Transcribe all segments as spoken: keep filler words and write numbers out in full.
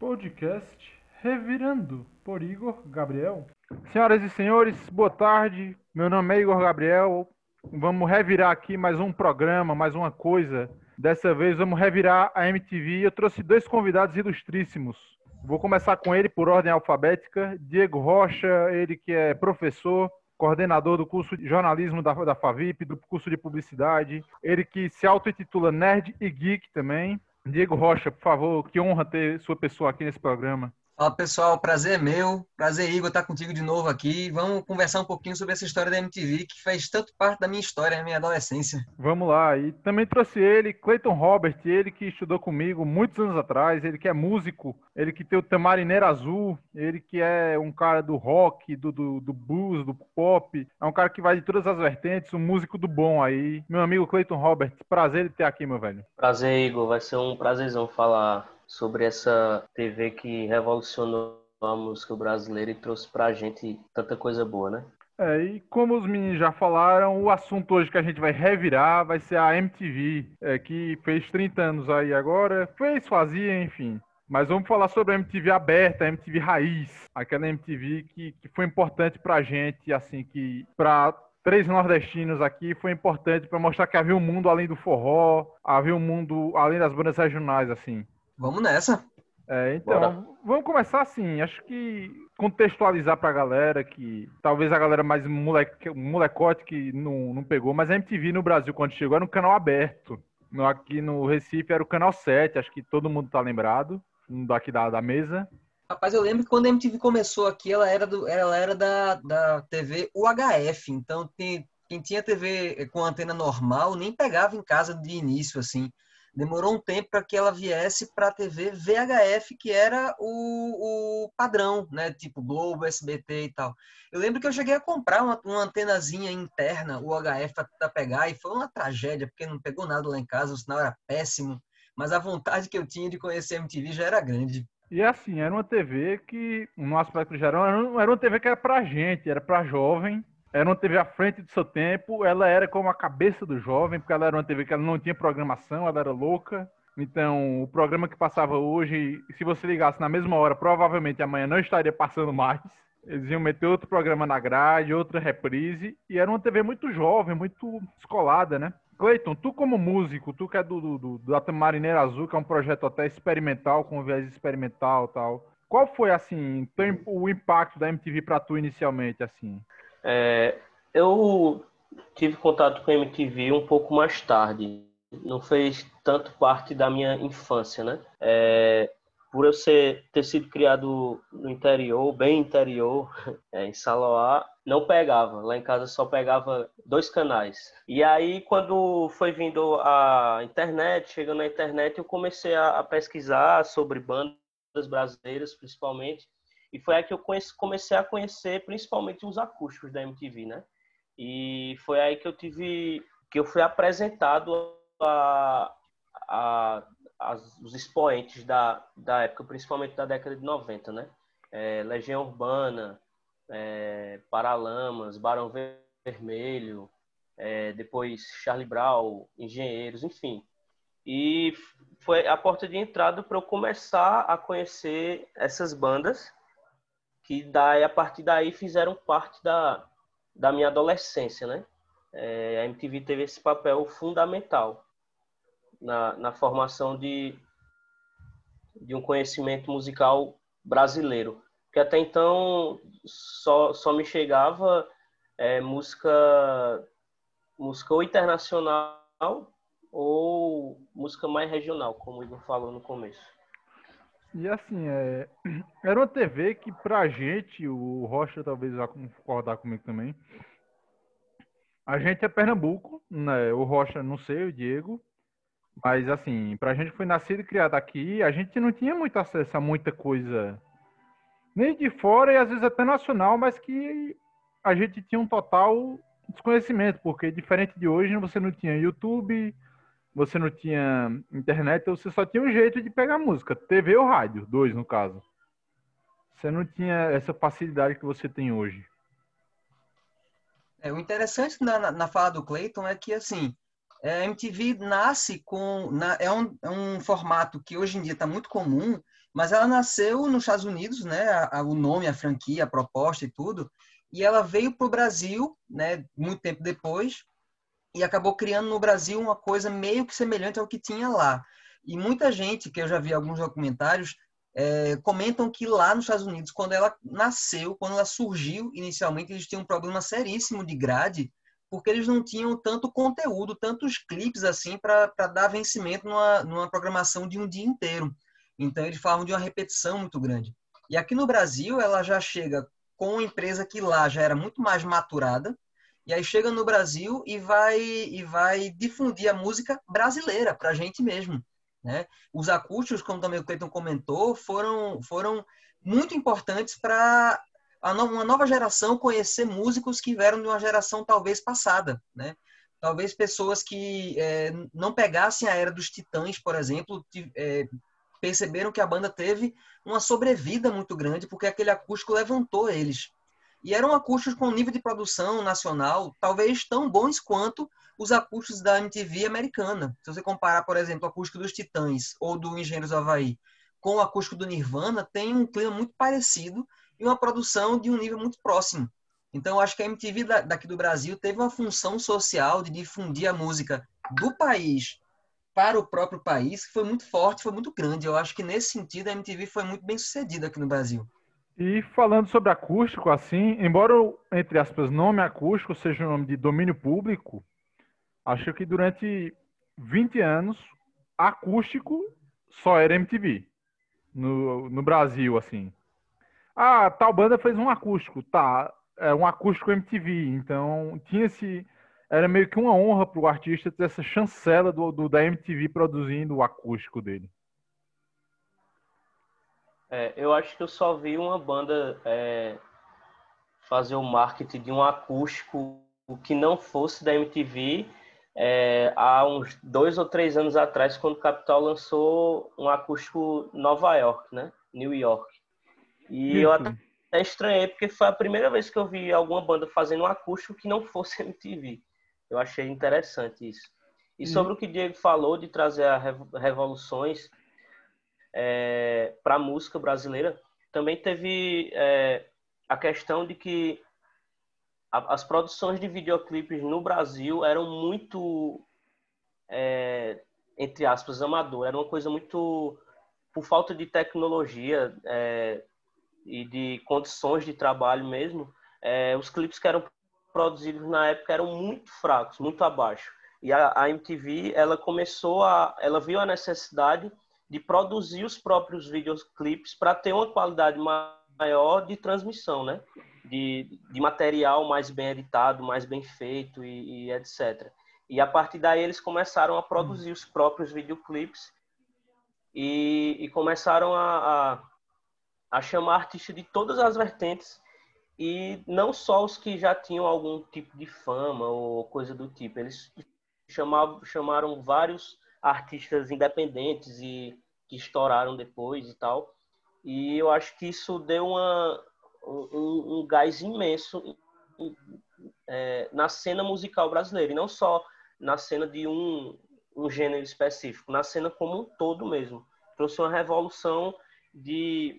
Podcast Revirando, por Igor Gabriel. Senhoras e senhores, boa tarde. Meu nome é Igor Gabriel. Vamos revirar aqui mais um programa, mais uma coisa. Dessa vez vamos revirar a M T V. Eu trouxe dois convidados ilustríssimos. Vou começar com ele por ordem alfabética. Diego Rocha, ele que é professor, coordenador do curso de jornalismo da, da Favip, do curso de publicidade. Ele que se auto-intitula Nerd e Geek também. Diego Rocha, por favor, que honra ter sua pessoa aqui nesse programa. Fala pessoal, prazer é meu, prazer Igor estar contigo de novo aqui. Vamos conversar um pouquinho sobre essa história da M T V que fez tanto parte da minha história, da minha adolescência. Vamos lá, e também trouxe ele, Clayton Robert, ele que estudou comigo muitos anos atrás, ele que é músico, ele que tem o Tamarineira Azul, ele que é um cara do rock, do, do, do blues, do pop, é um cara que vai de todas as vertentes, um músico do bom aí. Meu amigo Clayton Robert, prazer de ter aqui, meu velho. Prazer, Igor, vai ser um prazerzão falar sobre essa T V que revolucionou a música brasileira e trouxe pra gente tanta coisa boa, né? É, e como os meninos já falaram, o assunto hoje que a gente vai revirar vai ser a M T V, é, que fez trinta anos aí agora, fez, fazia, enfim. Mas vamos falar sobre a M T V aberta, a M T V raiz, aquela M T V que, que foi importante pra gente, assim, que pra três nordestinos aqui foi importante pra mostrar que havia um mundo além do forró, havia um mundo além das bandas regionais, assim. Vamos nessa. É, Bora. então, vamos começar assim. Acho que contextualizar pra galera que talvez a galera mais moleque, molecote que não, não pegou, mas a M T V no Brasil, quando chegou, era um canal aberto. No- Aqui no Recife era o canal sete, acho que todo mundo tá lembrado, um daqui da, da mesa. Rapaz, eu lembro que quando a M T V começou aqui, ela era, do, ela era da, da T V U H F, então tem, quem tinha T V com antena normal nem pegava em casa de início, assim. Demorou um tempo para que ela viesse para a T V V H F, que era o, o padrão, né? Tipo Globo, S B T e tal. Eu lembro que eu cheguei a comprar uma, uma antenazinha interna, U H F, para pegar, e foi uma tragédia, porque não pegou nada lá em casa, o sinal era péssimo, mas a vontade que eu tinha de conhecer a M T V já era grande. E assim, era uma T V que, no aspecto geral, era um- era uma T V que era pra gente, era pra jovem. Era uma T V à frente do seu tempo, ela era como a cabeça do jovem, porque ela era uma T V que ela não tinha programação, ela era louca. Então, o programa que passava hoje, se você ligasse na mesma hora, provavelmente amanhã não estaria passando mais. Eles iam meter outro programa na grade, outra reprise, e era uma T V muito jovem, muito descolada, né? Cleiton, tu como músico, tu que é do, do, do da Marineira Azul, que é um projeto até experimental, com viés experimental e tal. Qual foi, assim, o impacto da M T V pra tu inicialmente, assim? É, eu tive contato com a M T V um pouco mais tarde. Não fez tanto parte da minha infância, né? É, por eu ser, ter sido criado no interior, bem interior, é, em Saloá, não pegava. Lá em casa só pegava dois canais. E aí, quando foi vindo a internet, chegando na internet, eu comecei a, a pesquisar sobre bandas brasileiras, principalmente. E foi aí que eu conheci, comecei a conhecer principalmente os acústicos da M T V, né? E foi aí que eu tive, que eu fui apresentado a, a, a os expoentes da, da época, principalmente da década de noventa, né? É, Legião Urbana, é, Paralamas, Barão Vermelho, é, depois Charlie Brown, Engenheiros, enfim. E foi a porta de entrada para eu começar a conhecer essas bandas que daí, a partir daí fizeram parte da, da minha adolescência, né? É, a M T V teve esse papel fundamental na, na formação de, de um conhecimento musical brasileiro, porque até então só, só me chegava é, música, música ou internacional ou música mais regional, como o Igor falou no começo. E assim, é... era uma T V que pra gente, o Rocha talvez vá concordar comigo também, a gente é Pernambuco, né? O Rocha, não sei, o Diego, mas assim, pra gente foi nascido e criado aqui, a gente não tinha muito acesso a muita coisa, nem de fora e às vezes até nacional, mas que a gente tinha um total desconhecimento, porque diferente de hoje, você não tinha YouTube, você não tinha internet, então você só tinha um jeito de pegar música, T V ou rádio, dois no caso. Você não tinha essa facilidade que você tem hoje. É, o interessante na, na, na fala do Clayton é que, assim, a M T V nasce com... Na, é, um, é um formato que hoje em dia está muito comum, Mas ela nasceu nos Estados Unidos, né? A, a, o nome, a franquia, a proposta e tudo. E ela veio para o Brasil, né? Muito tempo depois, e acabou criando no Brasil uma coisa meio que semelhante ao que tinha lá. E muita gente, que eu já vi alguns documentários, é, comentam que lá nos Estados Unidos, quando ela nasceu, quando ela surgiu inicialmente, eles tinham um problema seríssimo de grade, porque eles não tinham tanto conteúdo, tantos clipes assim para dar vencimento numa, numa programação de um dia inteiro. Então eles falavam de uma repetição muito grande. E aqui no Brasil, ela já chega com uma empresa que lá já era muito mais maturada, e aí chega no Brasil e vai, e vai difundir a música brasileira para a gente mesmo, né? Os acústicos, como também o Cleiton comentou, foram, foram muito importantes para uma nova geração conhecer músicos que vieram de uma geração talvez passada, né? Talvez pessoas que é, não pegassem a era dos Titãs, por exemplo, é, perceberam que a banda teve uma sobrevida muito grande porque aquele acústico levantou eles. E eram acústicos com nível de produção nacional talvez tão bons quanto os acústicos da M T V americana. Se você comparar, por exemplo, o acústico dos Titãs ou do Engenheiros do Havaí com o acústico do Nirvana, tem um clima muito parecido e uma produção de um nível muito próximo. Então, eu acho que a M T V daqui do Brasil teve uma função social de difundir a música do país para o próprio país, que foi muito forte, foi muito grande. Eu acho que, nesse sentido, a M T V foi muito bem sucedida aqui no Brasil. E falando sobre acústico, assim, embora, entre aspas, nome acústico seja um nome de domínio público, acho que durante vinte anos, acústico só era M T V. No, no Brasil, assim. Ah, tal banda fez um acústico, tá. É um acústico M T V. Então, tinha esse... Era meio que uma honra pro artista ter essa chancela do, do, da M T V produzindo o acústico dele. É, eu acho que eu só vi uma banda é, fazer o marketing de um acústico que não fosse da M T V é, há uns dois ou três anos atrás, quando o Capital lançou um acústico Nova York, né? New York. E eu Isso. até estranhei, porque foi a primeira vez que eu vi alguma banda fazendo um acústico que não fosse M T V. Eu achei interessante isso. E E, sobre o que o Diego falou de trazer a revoluções é, para a música brasileira, também teve é, a questão de que a, as produções de videoclipes no Brasil eram muito, é, entre aspas, amador. Era uma coisa muito, por falta de tecnologia é, e de condições de trabalho mesmo, é, os clipes que eram produzidos na época eram muito fracos, muito abaixo. E a, a M T V, ela começou a, ela viu a necessidade de produzir os próprios videoclipes para ter uma qualidade maior de transmissão, né? De, de material mais bem editado, mais bem feito e, e etcétera. E a partir daí eles começaram a produzir os próprios videoclipes e, e começaram a, a, a chamar artistas de todas as vertentes e não só os que já tinham algum tipo de fama ou coisa do tipo. Eles chamavam, chamaram vários artistas independentes e que estouraram depois e tal. E eu acho que isso deu uma, um, um gás imenso é, na cena musical brasileira. E não só na cena de um, um gênero específico, na cena como um todo mesmo. Trouxe uma revolução de,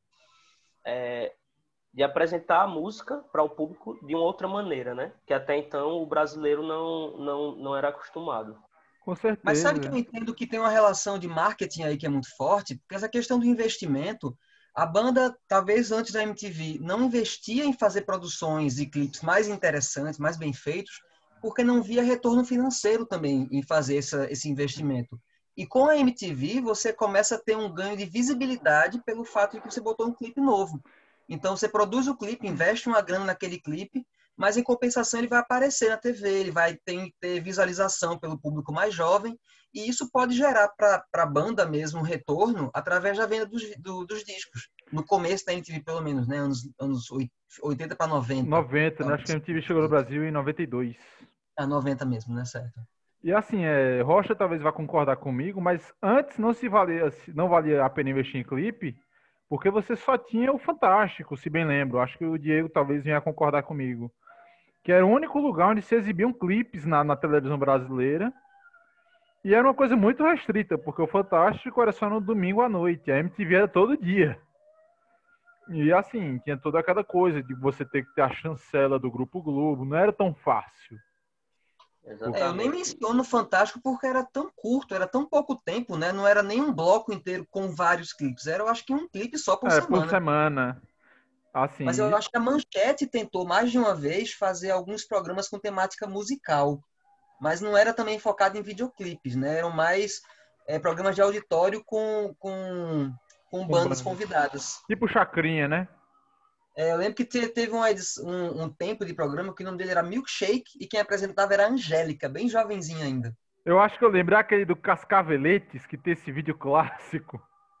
é, de apresentar a música para o público de uma outra maneira, né? Que até então o brasileiro não, não, não era acostumado. Com Mas sabe que eu certeza. entendo que tem uma relação de marketing aí que é muito forte? Porque essa questão do investimento, a banda, talvez antes da M T V, não investia em fazer produções e clipes mais interessantes, mais bem feitos, porque não via retorno financeiro também em fazer essa, esse investimento. E com a M T V, você começa a ter um ganho de visibilidade pelo fato de que você botou um clipe novo. Então, você produz o clipe, investe uma grana naquele clipe, mas em compensação ele vai aparecer na T V, ele vai ter, ter visualização pelo público mais jovem, e isso pode gerar para a banda mesmo um retorno através da venda dos, do, dos discos. No começo da M T V, pelo menos, né? Anos, anos oitenta para noventa. noventa, né? Acho que a M T V chegou no Brasil em noventa e dois. Ah, noventa mesmo, né? Certo. E assim, é, Rocha talvez vá concordar comigo, mas antes não se valia, não valia a pena investir em clipe, porque você só tinha o Fantástico, se bem lembro. Acho que o Diego talvez venha concordar comigo. Que era o único lugar onde se exibiam clipes na, na televisão brasileira. E era uma coisa muito restrita, porque o Fantástico era só no domingo à noite, a M T V era todo dia. E assim, tinha toda aquela coisa de você ter que ter a chancela do Grupo Globo, não era tão fácil. É, eu nem Exatamente. menciono o Fantástico porque era tão curto, era tão pouco tempo, né? Não era nem um bloco inteiro com vários clipes. Era, eu acho que um clipe só por É, por semana. semana. Mas eu Assim, acho que a Manchete tentou mais de uma vez fazer alguns programas com temática musical. Mas não era também focado em videoclipes, né? Eram mais é, programas de auditório com, com, com com bandas bandas. convidadas. Tipo Chacrinha, né? É, eu lembro que te- teve uma edição- um, um tempo de programa que o nome dele era Milkshake e quem apresentava era a Angélica, bem jovenzinha ainda. Eu acho que eu lembro aquele do Cascaveletes, que tem esse vídeo clássico.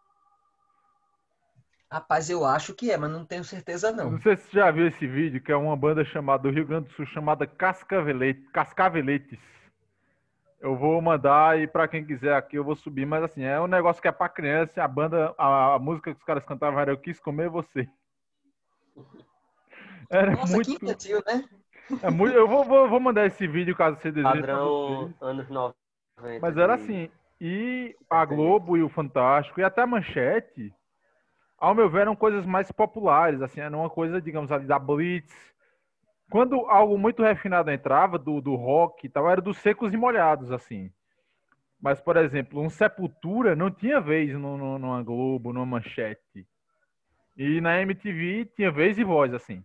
Rapaz, eu acho que é, mas não tenho certeza Eu não não. sei se você já viu esse vídeo, que é uma banda chamada do Rio Grande do Sul, chamada Cascavelete, Cascaveletes. Eu vou mandar e pra quem quiser aqui eu vou subir, mas assim, é um negócio que é pra criança, a banda, a, a música que os caras cantavam era Eu Quis Comer Você. Era Nossa, que muito, infantil, né? é muito, eu vou, vou, vou mandar esse vídeo caso você deseje pra vocês. Padrão anos noventa Mas era de assim, e a entretenimento. Globo e o Fantástico e até a Manchete, ao meu ver, eram coisas mais populares, assim, era uma coisa, digamos ali, da Blitz. Quando algo muito refinado entrava, do, do rock e tal, era dos secos e molhados, assim. Mas, por exemplo, um Sepultura não tinha vez no, no, numa Globo, numa Manchete. E na M T V tinha vez e voz, assim.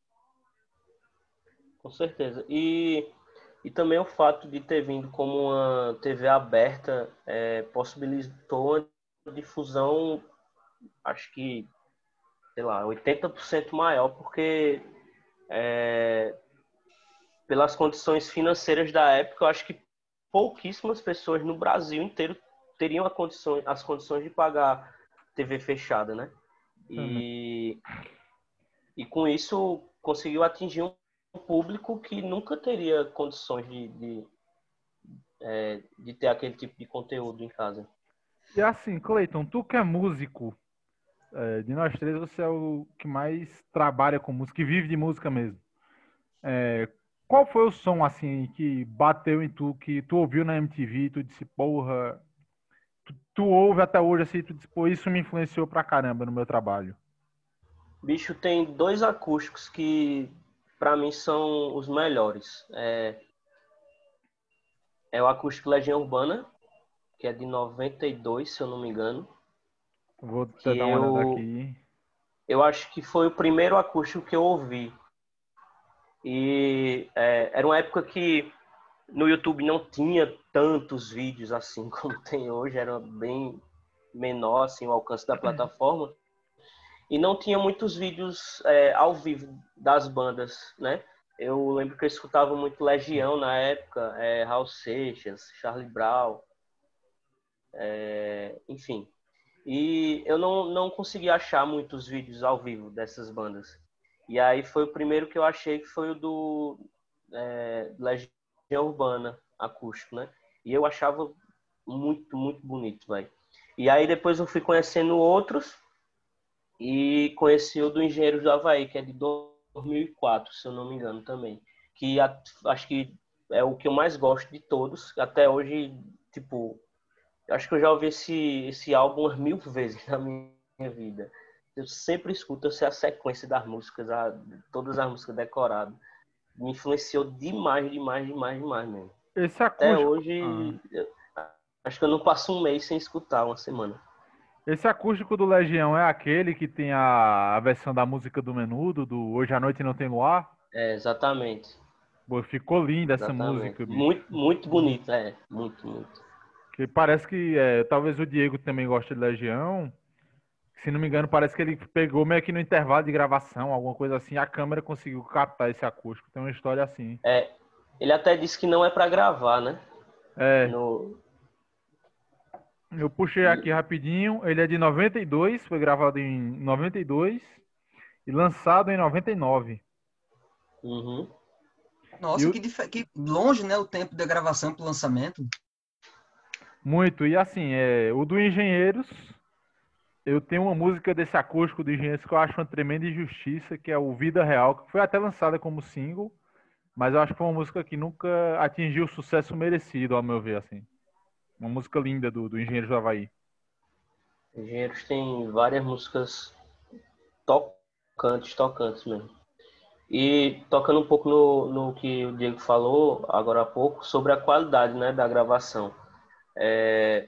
Com certeza. E, e também o fato de ter vindo como uma T V aberta é, possibilitou uma difusão, acho que, sei lá, oitenta por cento maior, porque é, pelas condições financeiras da época, eu acho que pouquíssimas pessoas no Brasil inteiro teriam a condição, as condições de pagar T V fechada, né? Também. E, e com isso conseguiu atingir um público que nunca teria condições de, de, é, de ter aquele tipo de conteúdo em casa. E assim, Cleiton, tu que é músico, é, de nós três, você é o que mais trabalha com música, que vive de música mesmo. É, qual foi o som, assim, que bateu em tu, que tu ouviu na M T V, tu disse, porra, tu, tu ouve até hoje, assim, tu disse, pô, isso me influenciou pra caramba no meu trabalho. Bicho, tem dois acústicos que para mim são os melhores. É, é o acústico Legião Urbana, que é de noventa e dois, se eu não me engano, Vou que até dar uma olhada eu aqui. eu acho que foi o primeiro acústico que eu ouvi. E é, era uma época que no YouTube não tinha tantos vídeos assim como tem hoje, era bem menor assim, o alcance da plataforma. E não tinha muitos vídeos é, ao vivo das bandas, né? Eu lembro que eu escutava muito Legião na época, é, Raul Seixas, Charlie Brown, é, enfim. E eu não, não consegui achar muitos vídeos ao vivo dessas bandas. E aí foi o primeiro que eu achei, que foi o do é, Legião Urbana, acústico, né? E eu achava muito, muito bonito, velho. E aí depois eu fui conhecendo outros e conheci o do Engenheiros do Havaí, que é de dois mil e quatro, se eu não me engano também. Que a, acho que é o que eu mais gosto de todos. Até hoje, tipo, acho que eu já ouvi esse, esse álbum umas mil vezes na minha vida. Eu sempre escuto essa a sequência das músicas, a, todas as músicas decoradas. Me influenciou demais, demais, demais, demais mesmo. Esse Até acústico, ah, hoje, eu, acho que eu não passo um mês sem escutar, uma semana. esse acústico do Legião é aquele que tem a, a versão da música do Menudo, do Hoje à Noite Não Tem Luar? É, exatamente. Pô, ficou linda essa Exatamente. música, bicho. Muito, muito bonito, é. Muito, muito. Que parece que é, talvez o Diego também goste de Legião. Se não me engano, parece que ele pegou meio que no intervalo de gravação, alguma coisa assim, a câmera conseguiu captar esse acústico. Tem uma história assim. É, ele até disse que não é para gravar, né? É, No, eu puxei aqui rapidinho. Ele é de noventa e dois, foi gravado em noventa e dois e lançado em noventa e nove. uhum. E Nossa, o- que, dif- que longe, né, o tempo da gravação para o lançamento. muito. E assim, é, o do Engenheiros, eu tenho uma música desse acústico do Engenheiros que eu acho uma tremenda injustiça, que é o Vida Real, que foi até lançada como single, mas eu acho que foi uma música que nunca atingiu o sucesso merecido, ao meu ver, assim. Uma música linda do, do Engenheiros do Havaí. Engenheiros tem várias músicas tocantes, tocantes mesmo. E tocando um pouco no, no que o Diego falou agora há pouco, sobre a qualidade, né, da gravação. É,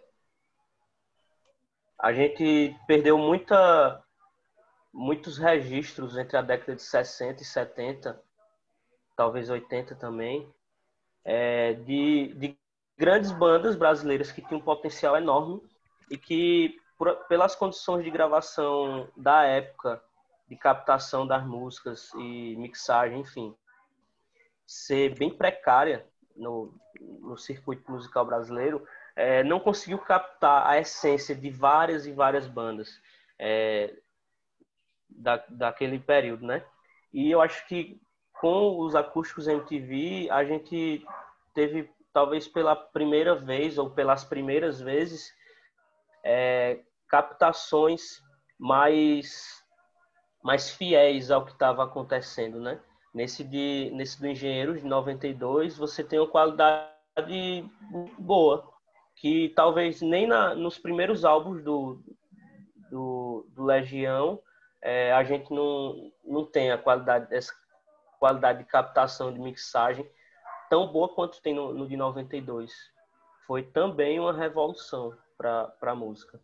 a gente perdeu muita, muitos registros entre a década de sessenta e setenta, talvez oitenta também, é, de, de grandes bandas brasileiras que tinham um potencial enorme e que, por, pelas condições de gravação da época, de captação das músicas e mixagem, enfim, ser bem precária no, no circuito musical brasileiro, é, não conseguiu captar a essência de várias e várias bandas é, da, daquele período, né? E eu acho que com os acústicos M T V, a gente teve, talvez pela primeira vez ou pelas primeiras vezes, é, captações mais, mais fiéis ao que estava acontecendo, né? Nesse, de, nesse do Engenheiros, de noventa e dois, você tem uma qualidade boa, que talvez nem na, nos primeiros álbuns do, do, do Legião é, a gente não, não tem a qualidade, essa qualidade de captação, de mixagem tão boa quanto tem no, no de noventa e dois. Foi também uma revolução para a música.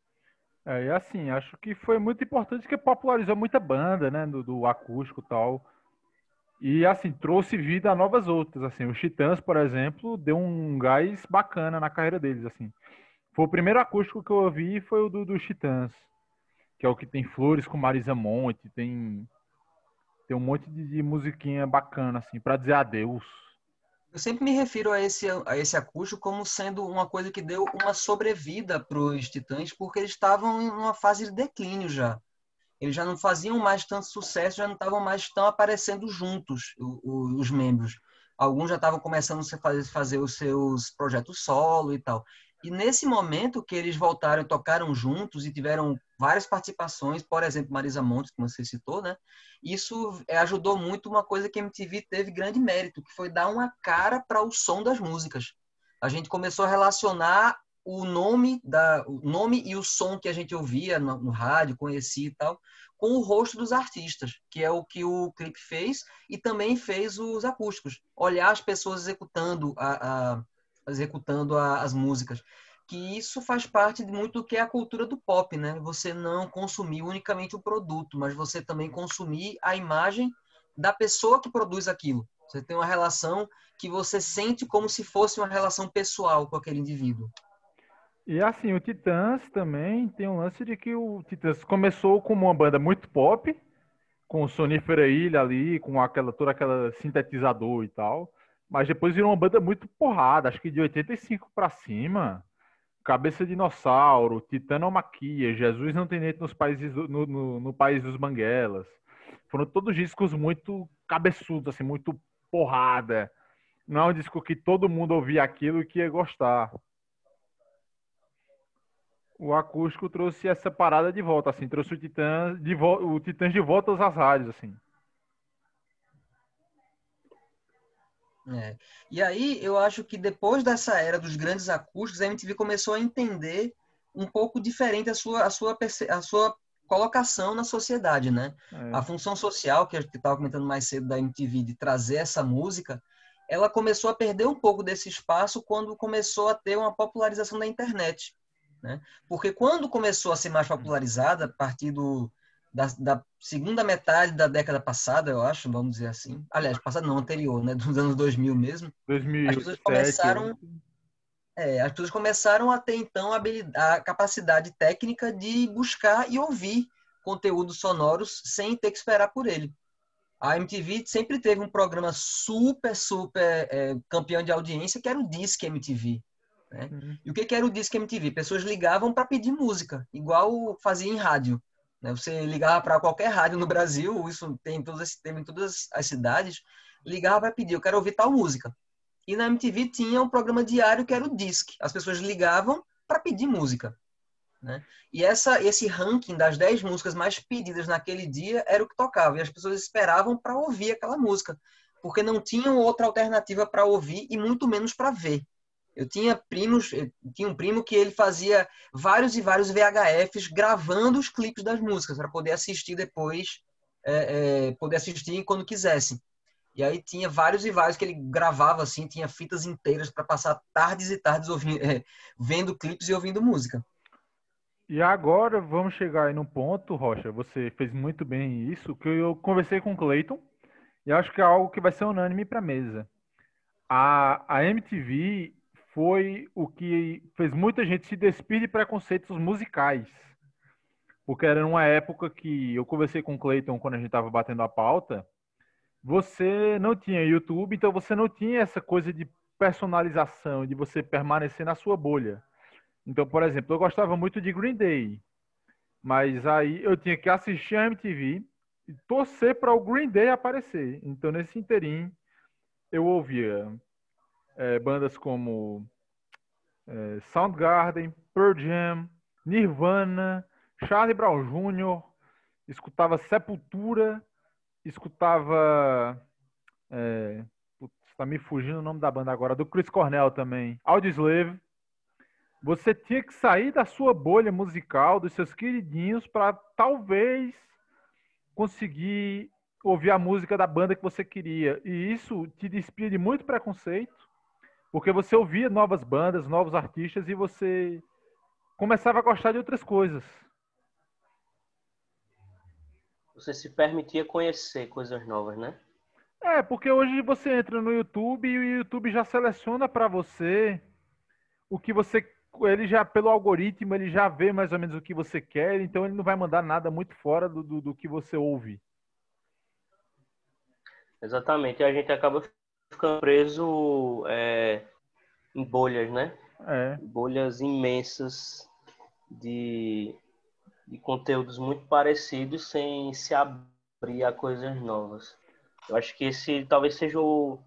É, e assim, acho que foi muito importante que popularizou muita banda, né, do, do acústico e tal. E, assim, trouxe vida a novas outras, assim. Os Titãs, por exemplo, deu um gás bacana na carreira deles, assim. Foi o primeiro acústico que eu ouvi, foi o do, dos Titãs, que é o que tem Flores com Marisa Monte, tem, tem um monte de, de musiquinha bacana, assim, pra dizer adeus. Eu sempre me refiro a esse, a esse acústico como sendo uma coisa que deu uma sobrevida para os Titãs, porque eles estavam em uma fase de declínio já. Eles já não faziam mais tanto sucesso, já não estavam mais tão aparecendo juntos, o, o, os membros. Alguns já estavam começando a fazer, fazer os seus projetos solo e tal. E nesse momento que eles voltaram e tocaram juntos e tiveram várias participações, por exemplo, Marisa Monte, que você citou, né? Isso é, ajudou muito uma coisa que a M T V teve grande mérito, que foi dar uma cara para o som das músicas. A gente começou a relacionar o nome, da, o nome e o som que a gente ouvia no, no rádio, conhecia e tal, com o rosto dos artistas, que é o que o clipe fez e também fez os acústicos. Olhar as pessoas executando, a, a, executando a, as músicas. Que isso faz parte de muito do que é a cultura do pop, né? Você não consumir unicamente o produto, mas você também consumir a imagem da pessoa que produz aquilo. Você tem uma relação que você sente como se fosse uma relação pessoal com aquele indivíduo. E assim, o Titãs também tem um lance de que o Titãs começou como uma banda muito pop, com o Sonífera Ilha ali, com aquela, toda aquela sintetizador e tal, mas depois virou uma banda muito porrada, acho que de oitenta e cinco pra cima. Cabeça Dinossauro, Titanomaquia, Jesus Não Tem Dente nos países do- no, no, no País dos Banguelas. Foram todos discos muito cabeçudos, assim, muito porrada. Não é um disco que todo mundo ouvia aquilo e que ia gostar. O acústico trouxe essa parada de volta, assim, trouxe o Titãs de, vo o Titãs de volta às rádios, assim. É. E aí, eu acho que depois dessa era dos grandes acústicos, a M T V começou a entender um pouco diferente a sua, a sua, a sua colocação na sociedade, né? É. A função social, que a gente estava comentando mais cedo da M T V, de trazer essa música, ela começou a perder um pouco desse espaço quando começou a ter uma popularização da internet, né? Porque quando começou a ser mais popularizada, a partir do, da, da segunda metade da década passada, eu acho, vamos dizer assim. Aliás, passada não, anterior, né? Dos anos dois mil mesmo. As pessoas dois mil e sete, começaram, é, as pessoas começaram a ter, então, a, habilidade, a capacidade técnica de buscar e ouvir conteúdos sonoros sem ter que esperar por ele. A M T V sempre teve um programa super, super é, campeão de audiência, que era o Disque M T V. Né? uhum. E o que, que era o Disque M T V? Pessoas ligavam para pedir música, igual fazia em rádio. Né? Você ligava para qualquer rádio no Brasil, isso tem em todas, tem em todas as cidades, ligava para pedir, eu quero ouvir tal música. E na M T V tinha um programa diário que era o Disque. As pessoas ligavam para pedir música. Né? E essa, esse ranking das dez músicas mais pedidas naquele dia era o que tocava. E as pessoas esperavam para ouvir aquela música, porque não tinham outra alternativa para ouvir e muito menos para ver. Eu tinha primos, eu tinha um primo que ele fazia vários e vários V H Fs gravando os clipes das músicas para poder assistir depois, é, é, poder assistir quando quisesse. E aí tinha vários e vários que ele gravava assim, tinha fitas inteiras para passar tardes e tardes ouvindo, é, vendo clipes e ouvindo música. E agora vamos chegar aí num ponto, Rocha. Você fez muito bem isso, que eu conversei com o Clayton e acho que é algo que vai ser unânime para a mesa. A, a M T V foi o que fez muita gente se despir de preconceitos musicais. Porque era uma época que eu conversei com o Clayton quando a gente estava batendo a pauta. Você não tinha YouTube, então você não tinha essa coisa de personalização, de você permanecer na sua bolha. Então, por exemplo, eu gostava muito de Green Day, mas aí eu tinha que assistir a M T V e torcer para o Green Day aparecer. Então, nesse interim, eu ouvia é, bandas como é, Soundgarden, Pearl Jam, Nirvana, Charlie Brown júnior, escutava Sepultura, escutava... É, putz, tá me fugindo o nome da banda agora, do Chris Cornell também, Audioslave. Você tinha que sair da sua bolha musical, dos seus queridinhos, para talvez conseguir ouvir a música da banda que você queria. E isso te despia de muito preconceito, porque você ouvia novas bandas, novos artistas, e você começava a gostar de outras coisas. Você se permitia conhecer coisas novas, né? É, porque hoje você entra no YouTube e o YouTube já seleciona para você o que você... Ele já, pelo algoritmo, ele já vê mais ou menos o que você quer, então ele não vai mandar nada muito fora do, do, do que você ouve. Exatamente. E a gente acaba ficando preso é, em bolhas, né? É. Bolhas imensas de, de conteúdos muito parecidos sem se abrir a coisas novas. Eu acho que esse talvez seja o,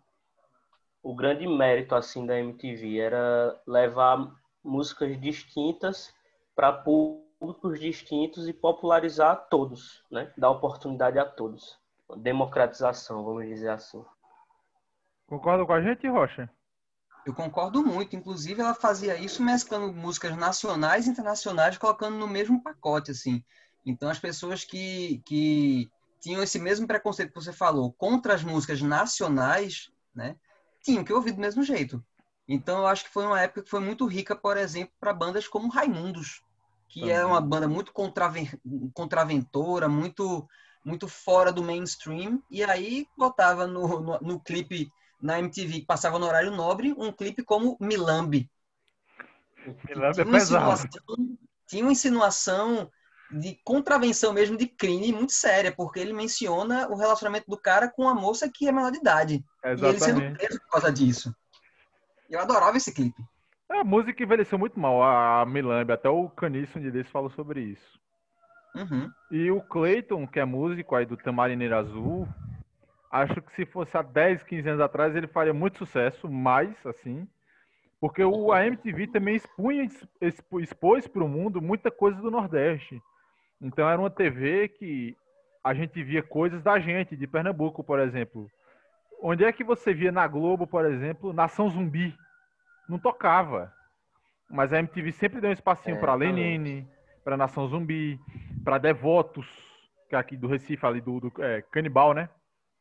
o grande mérito assim da M T V, era levar músicas distintas para públicos distintos e popularizar a todos, né? Dar oportunidade a todos. Democratização, vamos dizer assim. Concorda com a gente, Rocha? Eu concordo muito. Inclusive, ela fazia isso mesclando músicas nacionais e internacionais, colocando no mesmo pacote, assim. Então, as pessoas que, que tinham esse mesmo preconceito que você falou contra as músicas nacionais, né, tinham que ouvir do mesmo jeito. Então, eu acho que foi uma época que foi muito rica, por exemplo, para bandas como Raimundos, que Também. é uma banda muito contraven contraventora, muito, muito fora do mainstream, e aí botava no, no, no clipe na M T V, que passava no horário nobre, um clipe como Milambe. Milambe é Tinha uma pesado. insinuação, tinha uma insinuação de contravenção mesmo, de crime muito séria, porque ele menciona o relacionamento do cara com a moça que é menor de idade. E ele sendo Exatamente. preso por causa disso. Eu adorava esse clipe. A música envelheceu muito mal, a Milambe. Até o Caniço um dia desse falou sobre isso. Uhum. E o Clayton, que é músico aí do Tamarineiro Azul, acho que se fosse há dez, quinze anos atrás, ele faria muito sucesso, mais assim. Porque o, a M T V também expunha, expo, expôs para o mundo muita coisa do Nordeste. Então era uma T V que a gente via coisas da gente, de Pernambuco, por exemplo. Onde é que você via na Globo, por exemplo, Nação Zumbi? Não tocava. Mas a M T V sempre deu um espacinho para Lenine, para Nação Zumbi, para Devotos, que é aqui do Recife, ali do, do é, Canibal, né?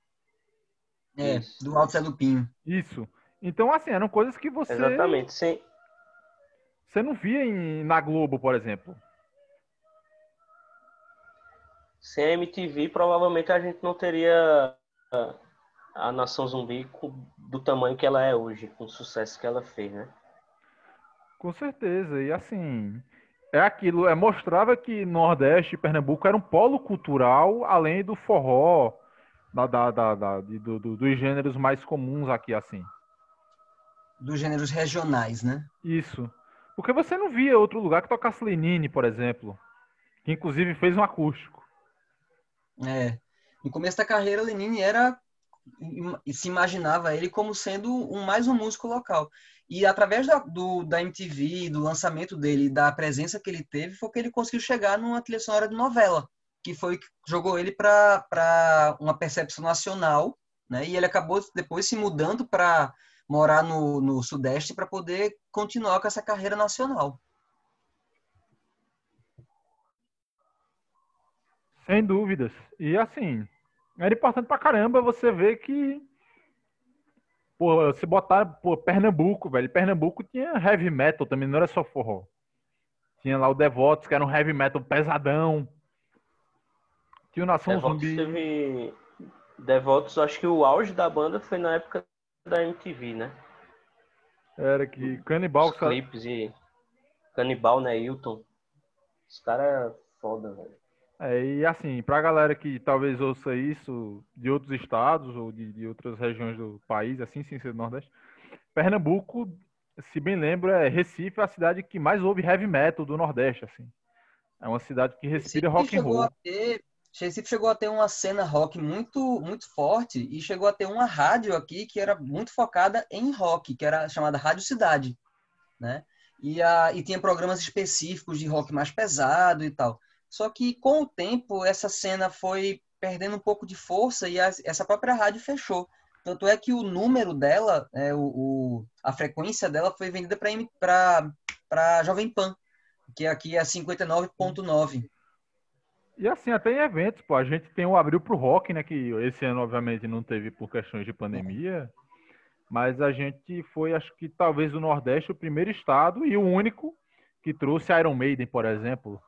É, Isso. do Alto Zé do Pinho. Isso. Então, assim, eram coisas que você... Exatamente. Sem, você não via em, na Globo, por exemplo. sem a M T V, provavelmente a gente não teria a, a Nação Zumbi com, do tamanho que ela é hoje, com o sucesso que ela fez, né? Com certeza. E assim, é aquilo, é, mostrava que Nordeste e Pernambuco era um polo cultural, além do forró, da, da, da, da de, do, do, dos gêneros mais comuns aqui, assim. Dos gêneros regionais, né? Isso. Porque você não via outro lugar que tocasse Lenine, por exemplo, que inclusive fez um acústico. É. No começo da carreira, Lenine era... se imaginava ele como sendo um, mais um músico local. E através da, do, da M T V, do lançamento dele, da presença que ele teve, foi que ele conseguiu chegar numa trilha sonora de novela, que foi que jogou ele para uma percepção nacional, né? E ele acabou depois se mudando para morar no, no Sudeste para poder continuar com essa carreira nacional. Sem dúvidas. E assim, era importante pra caramba você ver que, pô, se botar, pô, Pernambuco, velho. Pernambuco tinha heavy metal também, não era só forró. Tinha lá o Devotos, que era um heavy metal pesadão. Tinha o Nação Devotos Zumbi. teve. Devotos, acho que o auge da banda foi na época da M T V, né? Era que Os Canibal, cara. clipes e Canibal, né? Hilton. Os caras é foda, velho. É, e assim, pra galera que talvez ouça isso de outros estados ou de, de outras regiões do país, assim, sem ser do Nordeste, Pernambuco, se bem lembro, é Recife, é a cidade que mais ouve heavy metal do Nordeste, assim. É uma cidade que respira Recife rock and chegou a roll. ter, Recife chegou a ter uma cena rock muito, muito forte e chegou a ter uma rádio aqui que era muito focada em rock, que era chamada Rádio Cidade, né? E, a, e tinha programas específicos de rock mais pesado e tal. Só que com o tempo essa cena foi perdendo um pouco de força e a, essa própria rádio fechou. Tanto é que o número dela, é, o, o, a frequência dela foi vendida para Jovem Pan, que aqui é cinquenta e nove ponto nove. E assim, até em eventos, pô, a gente tem o Abril pro Rock, né, que esse ano, obviamente, não teve por questões de pandemia, mas a gente foi, acho que talvez o Nordeste, o primeiro estado e o único que trouxe Iron Maiden, por exemplo.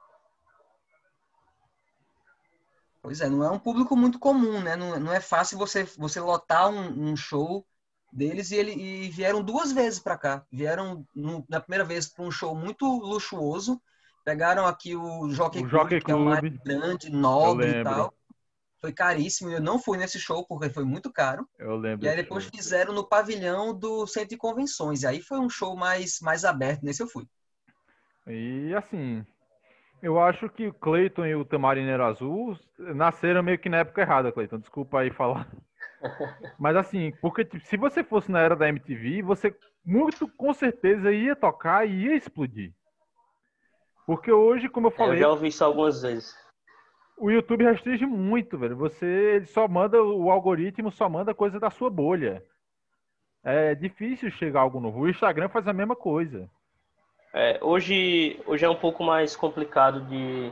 Pois é, não é um público muito comum, né? Não, não é fácil você, você lotar um, um show deles e, ele, e vieram duas vezes para cá. Vieram no, na primeira vez para um show muito luxuoso, pegaram aqui o Jockey O Club, Jockey que é o mais Club, grande, eu nobre e lembro, tal. Foi caríssimo, eu não fui nesse show porque foi muito caro. eu lembro E aí desse depois show. fizeram no pavilhão do Centro de Convenções. E aí foi um show mais, mais aberto, nesse eu fui. E assim, eu acho que o Clayton e o Tamarineiro Azul nasceram meio que na época errada, Clayton. Desculpa aí falar. Mas assim, porque tipo, se você fosse na era da M T V, você muito com certeza ia tocar e ia explodir. Porque hoje, como eu É, eu falei, já ouvi isso algumas vezes. o YouTube restringe muito, velho. Você ele só manda, o algoritmo só manda coisa da sua bolha. É difícil chegar algo novo. O Instagram faz a mesma coisa. É, hoje, hoje é um pouco mais complicado de,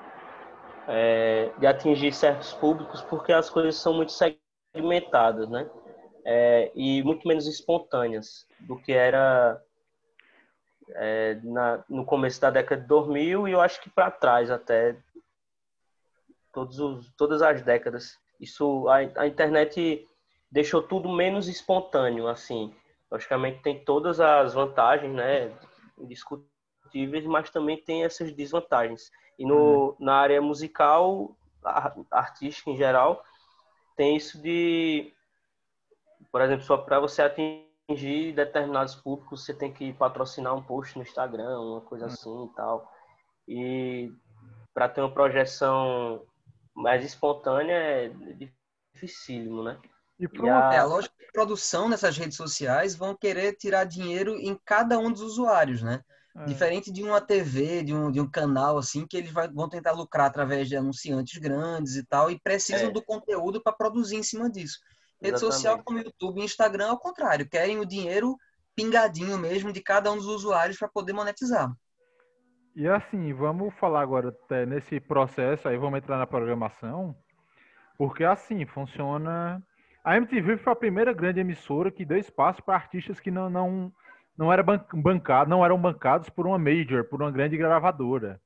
é, de atingir certos públicos porque as coisas são muito segmentadas, né? É, e muito menos espontâneas do que era é, na, no começo da década de dois mil e eu acho que para trás até todos os, todas as décadas. Isso a, a internet deixou tudo menos espontâneo, assim. Logicamente tem todas as vantagens, né, indiscutíveis, mas também tem essas desvantagens. E É. no, na área musical, artística em geral, tem isso de, por exemplo, só para você atingir determinados públicos, você tem que patrocinar um post no Instagram, uma coisa assim e tal. E para ter uma projeção mais espontânea é dificílimo, né? E para E uma. É, a a, lógica de produção nessas redes sociais vão querer tirar dinheiro em cada um dos usuários, né? É, Diferente de uma T V, de um, de um canal, assim, que eles vai, vão tentar lucrar através de anunciantes grandes e tal, e precisam é, do conteúdo para produzir em cima disso. Rede social exatamente. como YouTube e Instagram, ao contrário, querem o dinheiro pingadinho mesmo de cada um dos usuários para poder monetizar. e assim, vamos falar agora até nesse processo, aí vamos entrar na programação, porque assim funciona. A M T V foi a primeira grande emissora que deu espaço para artistas que não, não, não, era ban bancado, não eram bancados por uma major, por uma grande gravadora.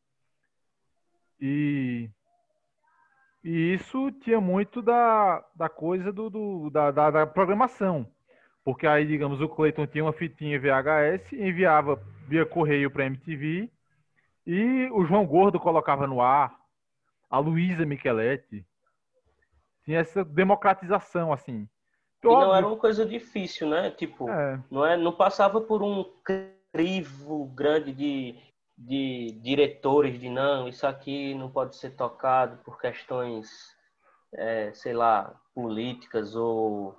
E, e isso tinha muito da, da coisa do, do da, da, da programação. Porque aí, digamos, o Clayton tinha uma fitinha V H S, enviava via correio para a M T V, e o João Gordo colocava no ar, a Luísa Micheletti. Tinha essa democratização, assim. E não era Óbvio. uma coisa difícil, né? Tipo, É, não, é, não passava por um crivo grande de, de diretores de não, isso aqui não pode ser tocado por questões, é, sei lá, políticas ou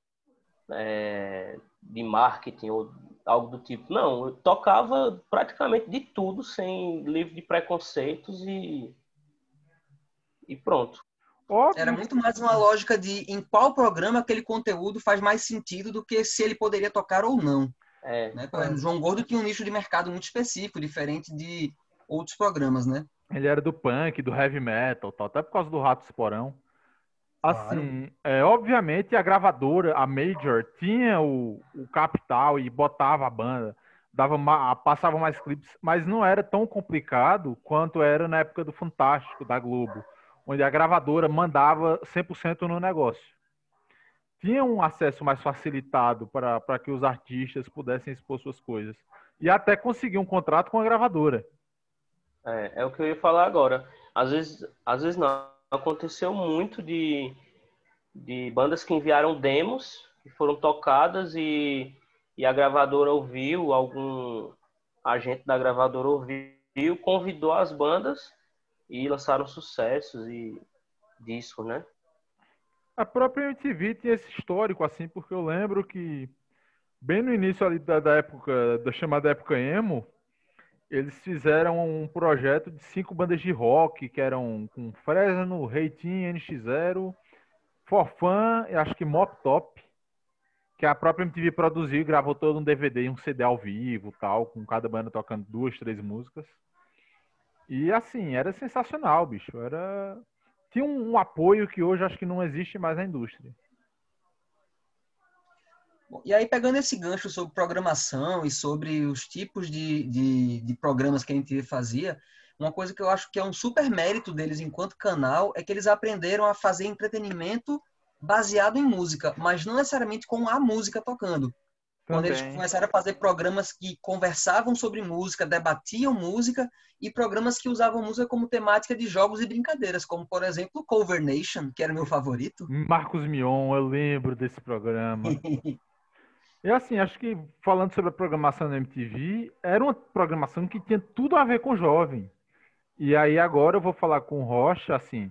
é, de marketing ou algo do tipo. Não, eu tocava praticamente de tudo, sem livre de preconceitos e, e pronto. Era Óbvio. muito mais uma lógica de em qual programa aquele conteúdo faz mais sentido do que se ele poderia tocar ou não. É, Né? Por exemplo, João Gordo tinha um nicho de mercado muito específico, diferente de outros programas, né? Ele era do punk, do heavy metal, tal, até por causa do Rato Esporão. Claro. Assim, é, obviamente a gravadora, a Major, tinha o, o capital e botava a banda, dava ma- passava mais clipes, mas não era tão complicado quanto era na época do Fantástico, da Globo, onde a gravadora mandava cem por cento no negócio. Tinha um acesso mais facilitado para para que os artistas pudessem expor suas coisas. E até conseguir um contrato com a gravadora. é, é o que eu ia falar agora. Às vezes, às vezes não. Aconteceu muito de, de bandas que enviaram demos que foram tocadas e, e a gravadora ouviu, algum agente da gravadora ouviu, convidou as bandas e lançaram sucessos e discos, né? A própria M T V tinha esse histórico, assim, porque eu lembro que, bem no início ali da, da época, da chamada época emo, eles fizeram um projeto de cinco bandas de rock, que eram com Fresno, Reitinho, N X Zero, Forfã e acho que Mop Top, que a própria M T V produziu e gravou todo um D V D e um C D ao vivo, tal, com cada banda tocando duas, três músicas. E assim, era sensacional, bicho. Era tinha um, um apoio que hoje acho que não existe mais na indústria. Bom, e aí, pegando esse gancho sobre programação e sobre os tipos de, de, de programas que a M T V fazia, uma coisa que eu acho que é um super mérito deles enquanto canal é que eles aprenderam a fazer entretenimento baseado em música, mas não necessariamente com a música tocando. Quando eles Também. começaram a fazer programas que conversavam sobre música, debatiam música, e programas que usavam música como temática de jogos e brincadeiras, como, por exemplo, Cover Nation, que era o meu favorito. Marcos Mion, eu lembro desse programa. E assim, acho que falando sobre a programação da M T V, era uma programação que tinha tudo a ver com jovem. E aí agora eu vou falar com o Rocha, assim,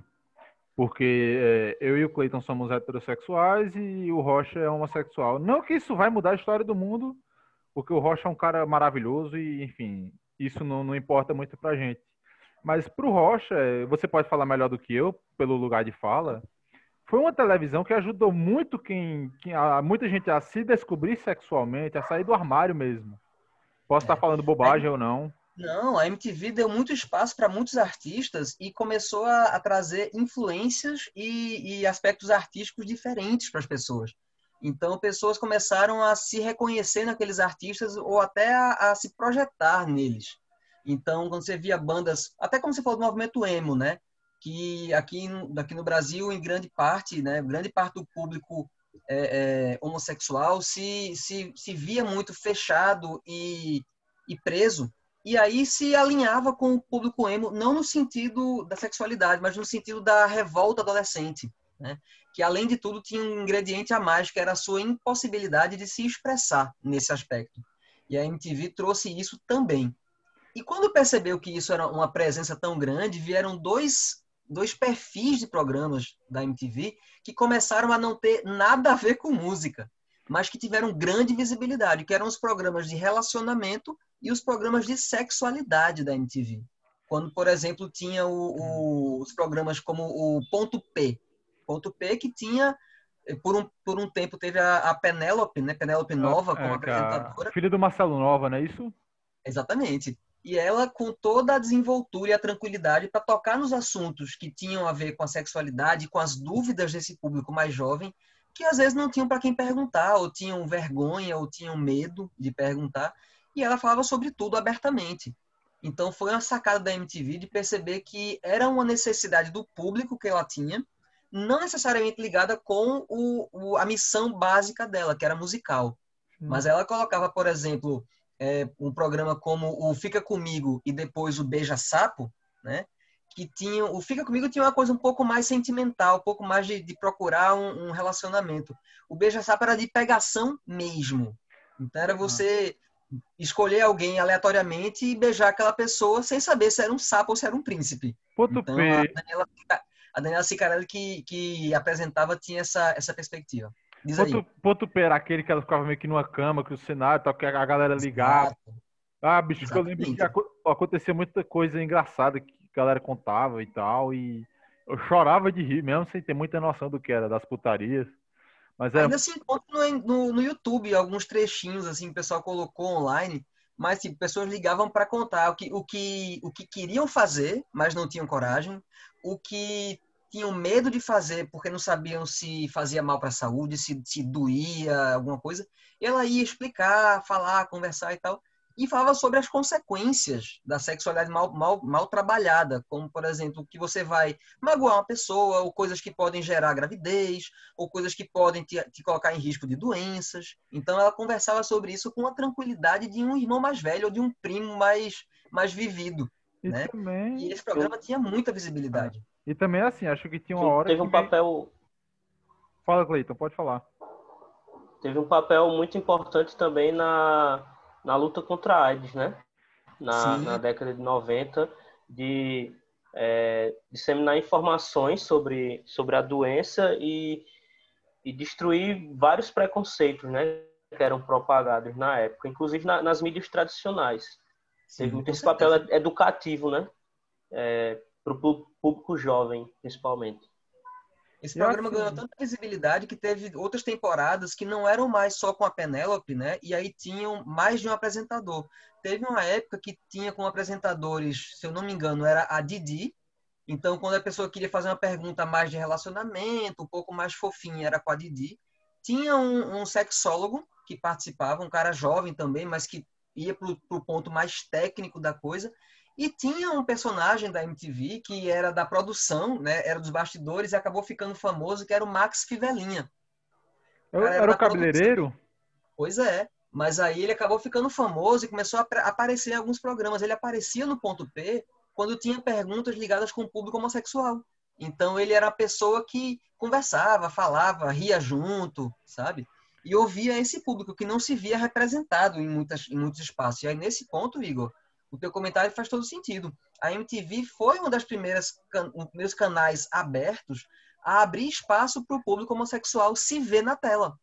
porque é, eu e o Cleiton somos heterossexuais e o Rocha é homossexual. Não que isso vai mudar a história do mundo, porque o Rocha é um cara maravilhoso e, enfim, isso não, não importa muito pra gente. Mas pro Rocha, é, você pode falar melhor do que eu, pelo lugar de fala, foi uma televisão que ajudou muito quem, quem a, muita gente a se descobrir sexualmente, a sair do armário mesmo. Posso estar É. falando bobagem ou não. Não, a M T V deu muito espaço para muitos artistas e começou a, a trazer influências e, e aspectos artísticos diferentes para as pessoas. Então, pessoas começaram a se reconhecer naqueles artistas ou até a, a se projetar neles. Então, quando você via bandas, até como você falou do movimento emo, né? Que aqui, no- aqui no Brasil, em grande parte, né? Grande parte do público é, é, homossexual se, se, se via muito fechado e, e preso e aí se alinhava com o público emo, não no sentido da sexualidade, mas no sentido da revolta adolescente, né? Que além de tudo tinha um ingrediente a mais, que era a sua impossibilidade de se expressar nesse aspecto. E a M T V trouxe isso também. E quando percebeu que isso era uma presença tão grande, vieram dois, dois perfis de programas da M T V que começaram a não ter nada a ver com música, mas que tiveram grande visibilidade, que eram os programas de relacionamento e os programas de sexualidade da M T V. Quando, por exemplo, tinha o, o, os programas como o Ponto P. Ponto P que tinha, por um, por um tempo, teve a, a Penélope, né? Penélope Nova É, como é, que a apresentadora. filha do Marcelo Nova, não é isso? Exatamente. E ela com toda a desenvoltura e a tranquilidade para tocar nos assuntos que tinham a ver com a sexualidade, com as dúvidas desse público mais jovem, que às vezes não tinham para quem perguntar, ou tinham vergonha, ou tinham medo de perguntar, e ela falava sobre tudo abertamente. Então foi uma sacada da M T V de perceber que era uma necessidade do público que ela tinha, não necessariamente ligada com o, o, a missão básica dela, que era musical. Mas Sim. ela colocava, por exemplo, é, um programa como o Fica Comigo e depois o Beija Sapo, né? Que tinha, o Fica Comigo tinha uma coisa um pouco mais sentimental, um pouco mais de, de procurar um, um relacionamento. O Beija Sapo era de pegação mesmo. Então era Ah. você escolher alguém aleatoriamente e beijar aquela pessoa sem saber se era um sapo ou se era um príncipe. Ponto Então a P. Daniela, a Daniela Cicarelli que, que apresentava tinha essa, essa perspectiva. Diz aí. Ponto, ponto P era aquele que ela ficava meio que numa cama, que o cenário, tal, que a galera ligava. Exato, Ah, bicho, que eu lembro que exatamente. aco- acontecia muita coisa engraçada que a galera contava e tal. E, Eu chorava de rir, mesmo sem ter muita noção do que era, das putarias. Mas era. Ainda se encontra no, no, no YouTube alguns trechinhos assim, que o pessoal colocou online, mas tipo, pessoas ligavam para contar o que, o, que, o que queriam fazer, mas não tinham coragem, o que tinham medo de fazer porque não sabiam se fazia mal para a saúde, se, se doía, alguma coisa. E ela ia explicar, falar, conversar e tal. E falava sobre as consequências da sexualidade mal, mal, mal trabalhada, como, por exemplo, que você vai magoar uma pessoa, ou coisas que podem gerar gravidez, ou coisas que podem te, te colocar em risco de doenças. Então, ela conversava sobre isso com a tranquilidade de um irmão mais velho ou de um primo mais, mais vivido, E né? E também. esse programa tinha muita visibilidade. E também, assim, acho que tinha uma hora Teve que um meio. papel, Fala, Cleiton, pode falar. teve um papel muito importante também na, na luta contra a AIDS, né? Na, na Sim, década de noventa, de é, disseminar informações sobre, sobre a doença e, e destruir vários preconceitos, né? Que eram propagados na época, inclusive na, nas mídias tradicionais. Teve sim, muito com esse papel certeza. educativo, né? É, para o público jovem, principalmente. Esse E programa ganhou assim, tanta visibilidade que teve outras temporadas que não eram mais só com a Penélope, né? E aí tinham mais de um apresentador. Teve uma época que tinha como apresentadores, se eu não me engano, era a Didi. Então, quando a pessoa queria fazer uma pergunta mais de relacionamento, um pouco mais fofinha, era com a Didi. Tinha um, um sexólogo que participava, um cara jovem também, mas que ia para o ponto mais técnico da coisa. E tinha um personagem da M T V que era da produção, né? Era dos bastidores e acabou ficando famoso, que era o Max Fivelinha. O eu cara era era o da produção. cabeleireiro. Pois é. Mas aí ele acabou ficando famoso e começou a aparecer em alguns programas. Ele aparecia no ponto P quando tinha perguntas ligadas com o público homossexual. Então ele era a pessoa que conversava, falava, ria junto, sabe? E ouvia esse público que não se via representado em, muitas, em muitos espaços. E aí, nesse ponto, Igor, o teu comentário faz todo sentido. A M T V foi uma das primeiras um dos primeiros canais abertos a abrir espaço para o público homossexual se ver na tela.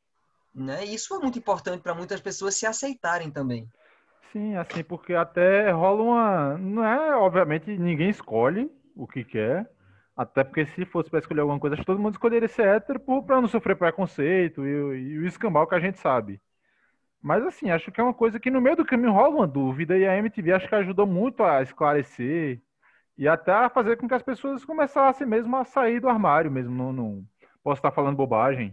Né? E isso é muito importante para muitas pessoas se aceitarem também. Sim, assim, porque até rola uma. Não é, obviamente, ninguém escolhe o que quer. Até porque se fosse para escolher alguma coisa, acho que todo mundo escolheria ser hétero para não sofrer preconceito e, e o escambau que a gente sabe. Mas assim, acho que é uma coisa que no meio do caminho rola uma dúvida e a M T V acho que ajudou muito a esclarecer e até a fazer com que as pessoas começassem mesmo a sair do armário mesmo. Não, não posso estar falando bobagem.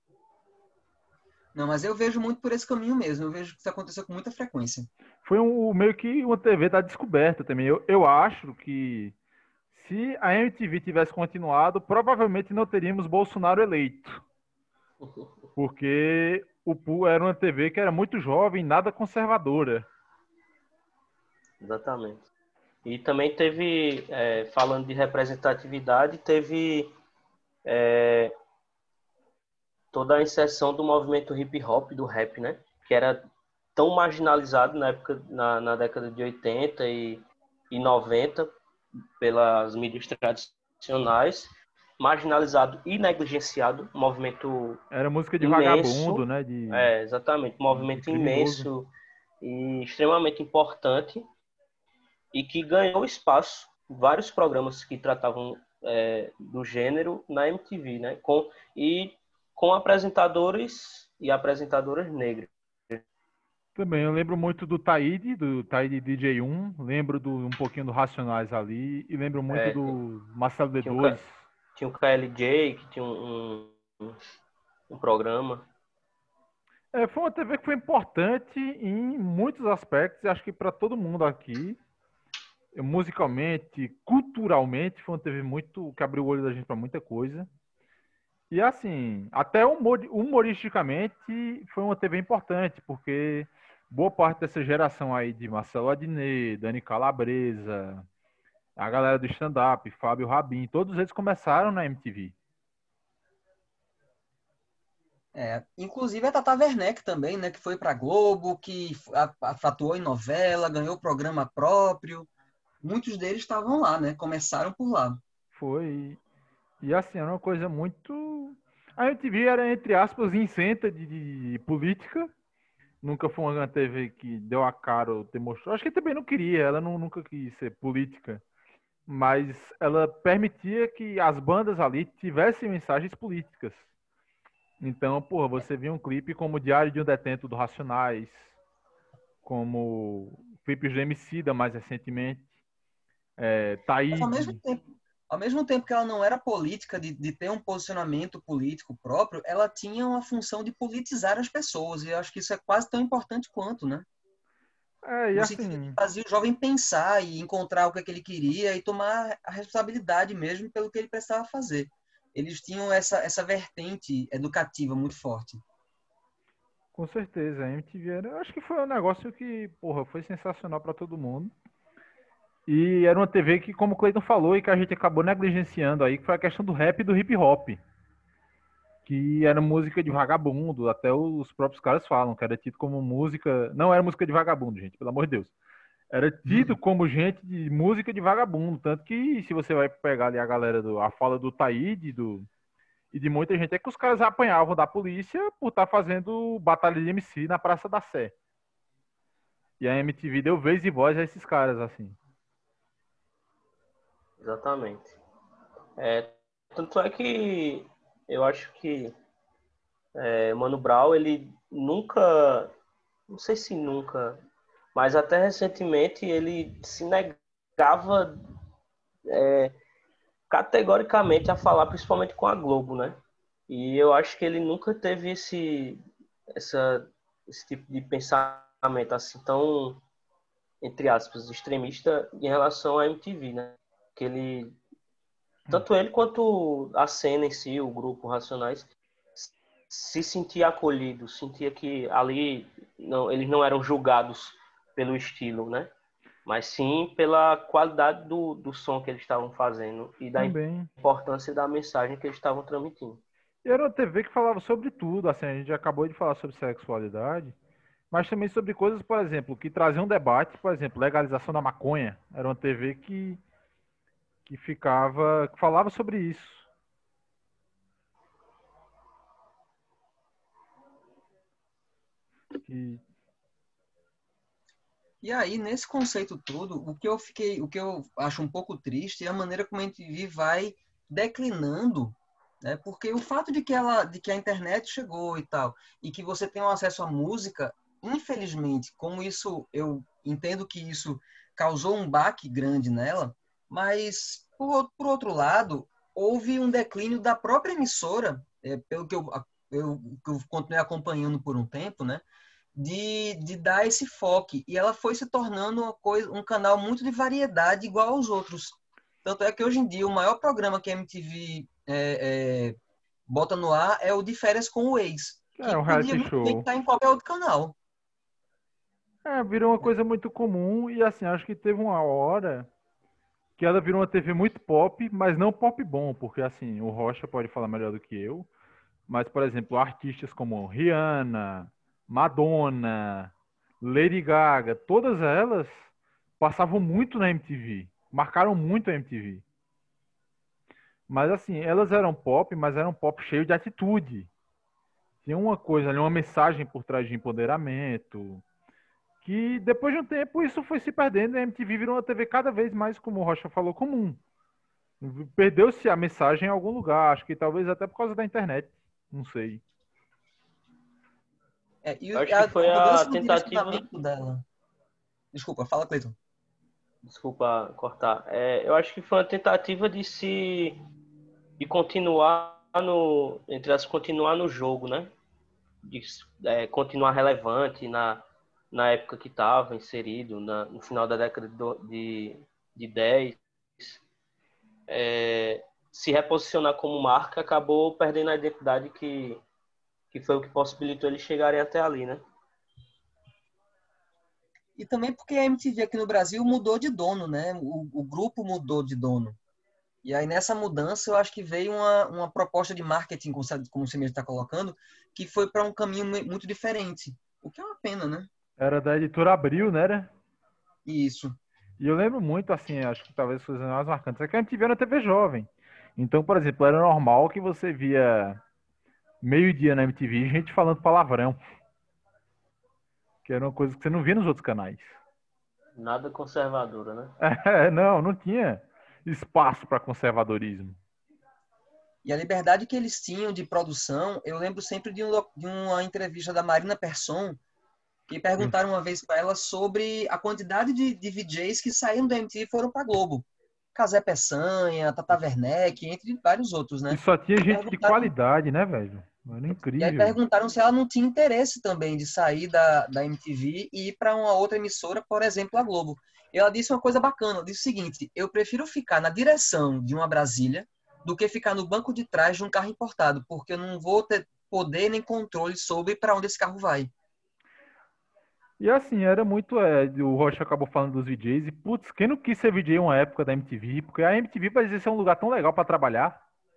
Não, mas eu vejo muito por esse caminho mesmo. Eu vejo que isso aconteceu com muita frequência. Foi um, meio que uma T V da descoberta também. Eu, eu acho que se a M T V tivesse continuado, provavelmente não teríamos Bolsonaro eleito. Porque o Pu era uma T V que era muito jovem, nada conservadora. Exatamente. E também teve, é, falando de representatividade, teve é, toda a inserção do movimento hip hop, do rap, né? Que era tão marginalizado na época, na, na década de oitenta e, e noventa pelas mídias tradicionais, marginalizado e negligenciado, um movimento Era música de vagabundo, imenso, né? De, é, exatamente, um de movimento criminoso. imenso e extremamente importante e que ganhou espaço vários programas que tratavam é, do gênero na M T V, né? Com, e com apresentadores e apresentadoras negras. Também, eu lembro muito do Taíde, do Taíde D J um, lembro do, um pouquinho do Racionais ali, e lembro muito É, do Marcelo tinha, o, D dois. tinha o K L J, que tinha um, um, um programa. É, foi uma T V que foi importante em muitos aspectos, e acho que para todo mundo aqui, musicalmente, culturalmente, foi uma T V muito que abriu o olho da gente para muita coisa. E assim, até humor, humoristicamente, foi uma T V importante, porque boa parte dessa geração aí de Marcelo Adnet, Dani Calabresa, a galera do stand-up, Fábio Rabin, todos eles começaram na M T V. É, inclusive a Tata Werneck também, né? Que foi para Globo, que a- a- atuou em novela, ganhou programa próprio. Muitos deles estavam lá, né? Começaram por lá. Foi. E assim, era uma coisa muito. A M T V era, entre aspas, isenta de, de política. Nunca foi uma T V que deu a cara ou demonstrou. Acho que também não queria, ela não, nunca quis ser política. mas ela permitia que as bandas ali tivessem mensagens políticas. Então, porra, você via um clipe como Diário de um Detento do Racionais, como clipes do Emicida mais recentemente, é, Mas ao mesmo Taíde. tempo, ao mesmo tempo que ela não era política, de, de ter um posicionamento político próprio, ela tinha uma função de politizar as pessoas. E eu acho que isso é quase tão importante quanto, né? É, e No sentido de assim, fazer o jovem pensar e encontrar o que, é que ele queria e tomar a responsabilidade mesmo pelo que ele precisava fazer. Eles tinham essa, essa vertente educativa muito forte. com certeza, a M T V era, eu acho que foi um negócio que, porra, foi sensacional para todo mundo. E era uma T V que, como o Cleiton falou, e que a gente acabou negligenciando aí, que foi a questão do rap e do hip hop. Que era música de vagabundo, até os próprios caras falam, que era tido como música. Não era música de vagabundo, gente, pelo amor de Deus. Era tido como gente de música de vagabundo. Tanto que se você vai pegar ali a galera, do, a fala do Taíde do, e de muita gente, é que os caras apanhavam da polícia por estar fazendo batalha de M C na Praça da Sé. E a M T V deu vez e voz a esses caras, assim. Exatamente. É, tanto é que eu acho que é, Mano Brown, ele nunca, não sei se nunca, mas até recentemente ele se negava é, categoricamente a falar, principalmente com a Globo, né? E eu acho que ele nunca teve esse, essa, esse tipo de pensamento assim tão, entre aspas, extremista em relação à M T V, né? Que ele, tanto ele quanto a cena em si, o grupo Racionais, se sentia acolhido, sentia que ali não, eles não eram julgados pelo estilo, né? Mas sim pela qualidade do, do som que eles estavam fazendo e da Também. importância da mensagem que eles estavam transmitindo. E era uma T V que falava sobre tudo, assim, a gente acabou de falar sobre sexualidade, mas também sobre coisas, por exemplo, que traziam um debate, por exemplo, legalização da maconha. Era uma T V que, que ficava, que falava sobre isso. Que, E aí, nesse conceito todo, o que eu fiquei, o que eu acho um pouco triste é a maneira como a M T V vai declinando, né? Porque o fato de que ela, de que a internet chegou e tal, e que você tem um acesso à música, infelizmente, como isso, eu entendo que isso causou um baque grande nela, mas por, por outro lado, houve um declínio da própria emissora, é, pelo que eu, eu, que eu continuei acompanhando por um tempo, né? de, de dar esse foco. E ela foi se tornando uma coisa, um canal muito de variedade, igual aos outros. Tanto é que hoje em dia o maior programa que a M T V é, é, bota no ar é o de Férias com o Ex, é que um podia reality muito bem show. estar em qualquer outro canal. É, virou uma coisa muito comum e assim, acho que teve uma hora que ela virou uma T V muito pop, mas não pop bom, porque assim, o Rocha pode falar melhor do que eu, mas por exemplo, artistas como Rihanna, Madonna, Lady Gaga, todas elas passavam muito na M T V, marcaram muito a M T V. Mas assim, elas eram pop, mas eram pop cheio de atitude. Tinha uma coisa ali, uma mensagem por trás de empoderamento, que depois de um tempo isso foi se perdendo e a M T V virou uma T V cada vez mais, como o Rocha falou, comum. Perdeu-se a mensagem em algum lugar, acho que talvez até por causa da internet, não sei. É, e Eu acho que a, foi a a mudança no tentativa, direcionamento dela. Desculpa, fala, Cleiton. desculpa cortar, é, eu acho que foi uma tentativa de se de continuar no, entre as continuar no jogo, né? De é, continuar relevante na, na época que estava inserido, na, no final da década de, de dez, é, se reposicionar como marca, acabou perdendo a identidade que, que foi o que possibilitou eles chegarem até ali, né? E também porque a M T V aqui no Brasil mudou de dono, né? O, o grupo mudou de dono. E aí, nessa mudança, eu acho que veio uma, uma proposta de marketing, como você, como você mesmo está colocando, que foi para um caminho muito diferente. O que é uma pena, né? Era da editora Abril, né? Era? Isso. E eu lembro muito, assim, acho que talvez fosse mais marcantes, é que a M T V era T V jovem. Então, por exemplo, era normal que você via meio-dia na M T V gente falando palavrão, que era uma coisa que você não via nos outros canais. Nada conservadora, né? É, não, não tinha. espaço para conservadorismo. E a liberdade que eles tinham de produção, eu lembro sempre de, um, de uma entrevista da Marina Persson, que perguntaram uma vez para ela sobre a quantidade de, de V Js que saíram da M T V e foram para Globo. Casé Peçanha, Tata Werneck, entre vários outros, E né? só tinha E gente de perguntaram, qualidade, né, velho? Era e aí incrível. perguntaram se ela não tinha interesse também de sair da, da M T V e ir para uma outra emissora, por exemplo, a Globo. E ela disse uma coisa bacana, ela disse o seguinte: eu prefiro ficar na direção de uma Brasília do que ficar no banco de trás de um carro importado, porque eu não vou ter poder nem controle sobre para onde esse carro vai. E assim, era muito. É, o Rocha acabou falando dos V Js. E, putz, quem não quis ser V J uma época da M T V? Porque a M T V parecia ser um lugar tão legal para trabalhar.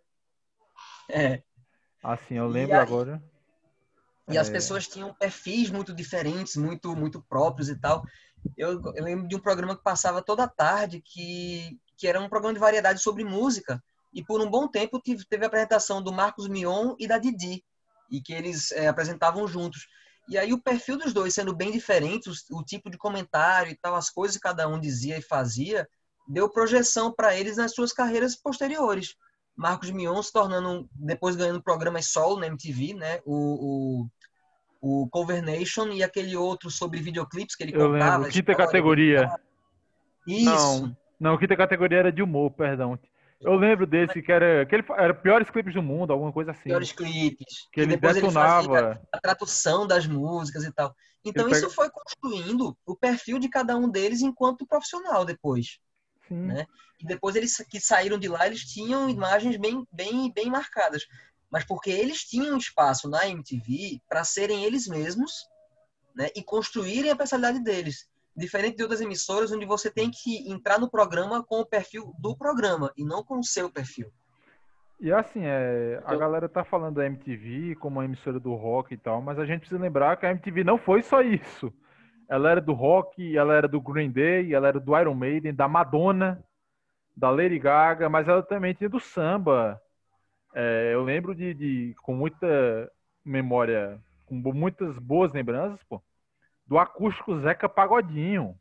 É. Assim, eu E, lembro a, agora. e as pessoas tinham perfis muito diferentes, muito, muito próprios e tal. Eu, eu lembro de um programa que passava toda tarde, que, que era um programa de variedade sobre música. E por um bom tempo tive, teve a apresentação do Marcos Mion e da Didi, e que eles é, apresentavam juntos. E aí o perfil dos dois sendo bem diferente, o, o tipo de comentário e tal, as coisas que cada um dizia e fazia, deu projeção para eles nas suas carreiras posteriores. Marcos Mion se tornando, depois ganhando programas solo na M T V, né? O, o o Cover Nation e aquele outro sobre videoclipes que ele Eu lembro. contava a Quinta história dele. categoria. Não. Isso. Não, quinta categoria era de humor, perdão. Eu lembro desse que era. Que ele, era piores clipes do mundo, alguma coisa assim. Piores clipes. Que Que ele depois ele fazia detonava. a tradução das músicas e tal. Ele Então pega. isso foi construindo o perfil de cada um deles enquanto profissional depois. Sim. Né? E depois eles que saíram de lá, eles tinham imagens bem, bem, bem marcadas. Mas porque eles tinham espaço na M T V para serem eles mesmos, né, e construírem a personalidade deles. Diferente de outras emissoras, onde você tem que entrar no programa com o perfil do programa e não com o seu perfil. E assim, é, a Então, galera tá falando da M T V como uma emissora do rock e tal, mas a gente precisa lembrar que a M T V não foi só isso. Ela era do rock, ela era do Green Day, ela era do Iron Maiden, da Madonna, da Lady Gaga, mas ela também tinha do samba. É, eu lembro de, de, com muita memória, com muitas boas lembranças, pô, do acústico Zeca Pagodinho,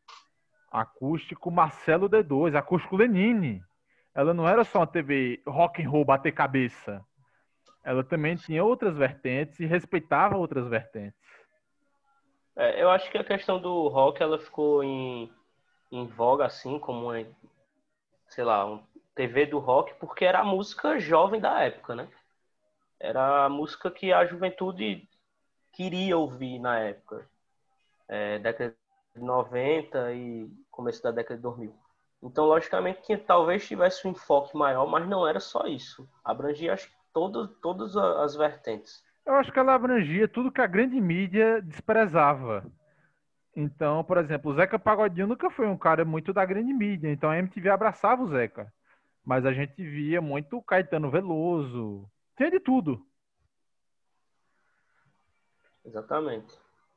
acústico Marcelo D dois, acústico Lenine. Ela não era só uma T V rock and roll bater cabeça. Ela também tinha outras vertentes e respeitava outras vertentes. é, eu acho que a questão do rock ela ficou em, em voga assim, como uma, sei lá, um T V do rock, porque era a música jovem da época, né? Era a música que a juventude queria ouvir na época, é, década de noventa e começo da década de dois mil. Então, logicamente, que talvez tivesse um enfoque maior, mas não era só isso. Abrangia, acho que todas, todas as vertentes. Eu acho que ela abrangia tudo que a grande mídia desprezava. Então, por exemplo, o Zeca Pagodinho nunca foi um cara muito da grande mídia, então a M T V abraçava o Zeca. Mas a gente via muito o Caetano Veloso, tinha de tudo. Exatamente.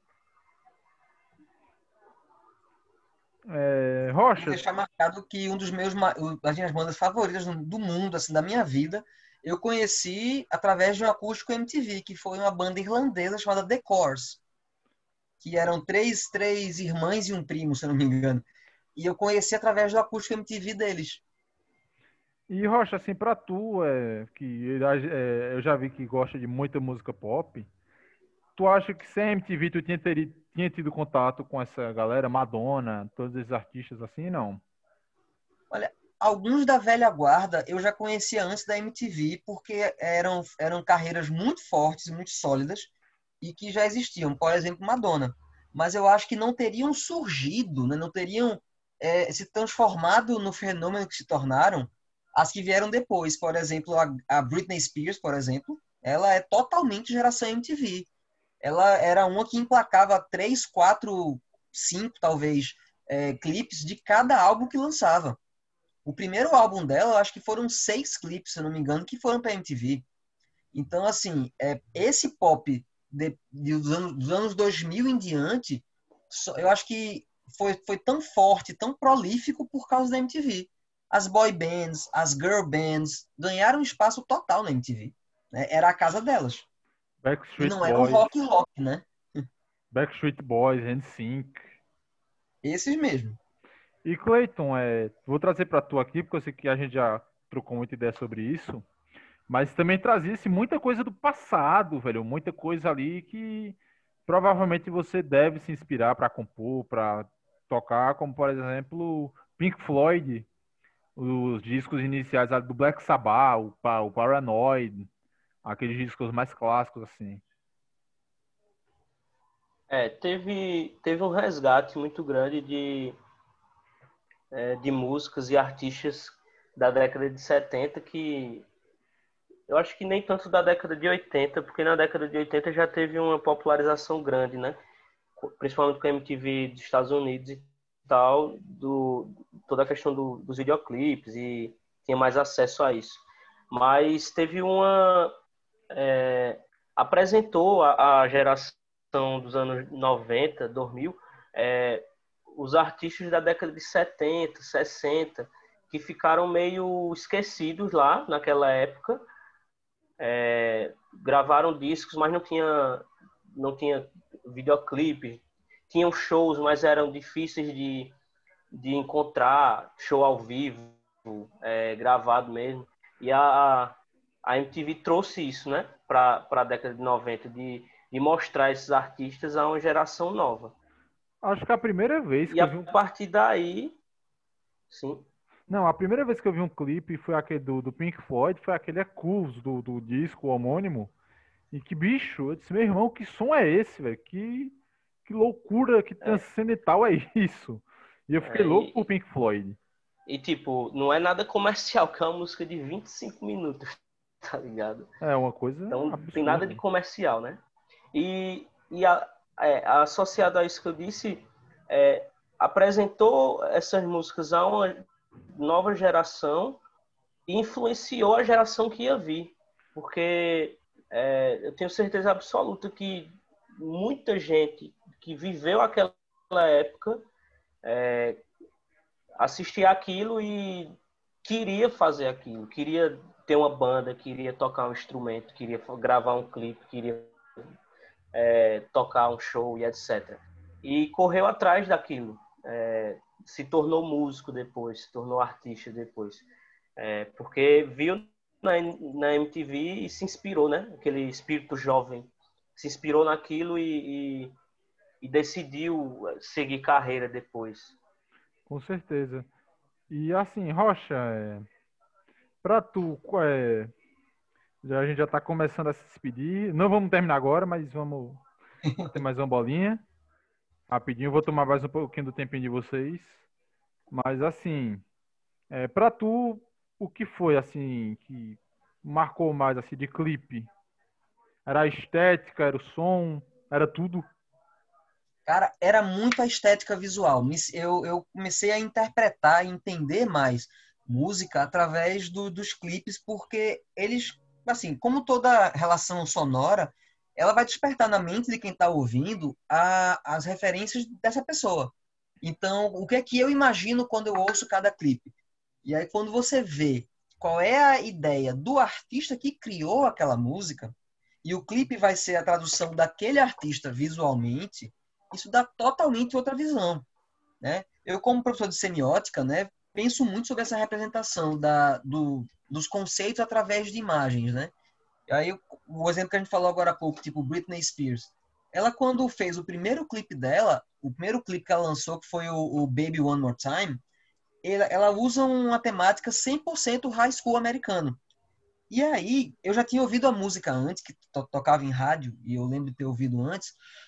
É, Vou Rocha, deixar marcado que um dos meus das minhas bandas favoritas do mundo, assim, da minha vida, eu conheci através de um acústico M T V, que foi uma banda irlandesa chamada The Corrs, que eram três, três irmãs e um primo, se eu não me engano. E eu conheci através do acústico M T V deles. e Rocha, assim, pra tu, é, que é, eu já vi que gosta de muita música pop, tu acha que sem a M T V tu tinha, teri, tinha tido contato com essa galera, Madonna, todos esses artistas assim, não? Olha, alguns da velha guarda eu já conhecia antes da M T V, porque eram, eram carreiras muito fortes, muito sólidas, e que já existiam. Por exemplo, Madonna. Mas eu acho que não teriam surgido, né? Não teriam é, se transformado no fenômeno que se tornaram as que vieram depois. Por exemplo, a, a Britney Spears, por exemplo, ela é totalmente geração M T V. Ela era uma que emplacava três, quatro, cinco, talvez, é, clipes de cada álbum que lançava. O primeiro álbum dela, eu acho que foram seis clipes, se eu não me engano, que foram para M T V. Então, assim, é, esse pop de, de, dos, anos, dos anos dois mil em diante, só, eu acho que foi, foi tão forte, tão prolífico por causa da M T V. As boy bands, as girl bands ganharam espaço total na M T V. Né? Era a casa delas. E Backstreet não era o Boys, rock rock, né? Backstreet Boys, N Sync. Esses mesmo. E Cleiton, é, vou trazer para tu aqui, porque eu sei que a gente já trocou muita ideia sobre isso, mas também trazia-se muita coisa do passado, velho, muita coisa ali que provavelmente você deve se inspirar para compor, para tocar, como por exemplo Pink Floyd, os discos iniciais ali do Black Sabbath, o, Pa- o Paranoid, aqueles discos mais clássicos assim. É, teve, teve um resgate muito grande de, é, de músicas e artistas da década de setenta que eu acho que nem tanto da década de oitenta, porque na década de oitenta já teve uma popularização grande, né? Principalmente com a M T V dos Estados Unidos e tal, do, toda a questão do, dos videoclipes e tinha mais acesso a isso. Mas teve uma... É, apresentou a, a geração dos anos noventa, dois mil, é, os artistas da década de setenta, sessenta, que ficaram meio esquecidos lá naquela época, é, gravaram discos, mas não tinha, não tinha videoclipe. Tinham shows, mas eram difíceis de, de encontrar, show ao vivo, é, gravado mesmo. E a, a M T V trouxe isso, né, para a década de noventa, de, de mostrar esses artistas a uma geração nova. Acho que a primeira vez E que a eu vi um... partir daí, sim, Não, a primeira vez que eu vi um clipe foi aquele do, do Pink Floyd, foi aquele Echoes do, do disco homônimo. E que bicho, eu disse, meu irmão, que som é esse, velho? Que, que loucura, que é, transcendental é isso? E eu fiquei é, louco por e, Pink Floyd. e, tipo, não é nada comercial, que é uma música de vinte e cinco minutos, tá ligado? É uma coisa Então, não tem nada de absurda. comercial, né? E, e a, é, associado a isso que eu disse, é, apresentou essas músicas a uma nova geração e influenciou a geração que ia vir. Porque é, eu tenho certeza absoluta que muita gente que viveu aquela época assistia aquilo e queria fazer aquilo, queria ter uma banda, queria tocar um instrumento, queria gravar um clipe, queria é, tocar um show e etcétera. E correu atrás daquilo. É, se tornou músico depois, se tornou artista depois. É, porque viu na, na M T V e se inspirou, né? Aquele espírito jovem se inspirou naquilo e, e, e decidiu seguir carreira depois. Com certeza. E assim, Rocha, é, pra tu, qual é... já, a gente já tá começando a se despedir. Não vamos terminar agora, mas vamos bater mais uma bolinha. Rapidinho, vou tomar mais um pouquinho do tempinho de vocês. Mas assim, é, pra tu, o que foi assim que marcou mais assim de clipe? Era a estética, era o som, era tudo. Cara, era muito a estética visual. Me- Eu, eu comecei a interpretar e entender mais música através do- dos clipes, porque eles, assim, como toda relação sonora, ela vai despertar na mente de quem está ouvindo a- as referências dessa pessoa. Então, o que é que eu imagino quando eu ouço cada clipe? E aí, quando você vê qual é a ideia do artista que criou aquela música, e o clipe vai ser a tradução daquele artista visualmente, isso dá totalmente outra visão, né? Eu, como professor de semiótica, né, penso muito sobre essa representação da, do, dos conceitos através de imagens, né? E aí, o exemplo que a gente falou agora há pouco, tipo Britney Spears, ela quando fez o primeiro clipe dela, o primeiro clipe que ela lançou, que foi o, o Baby One More Time, ela, ela usa uma temática cem por cento high school americano. E aí, eu já tinha ouvido a música antes, que to tocava em rádio, e eu lembro de ter ouvido antes.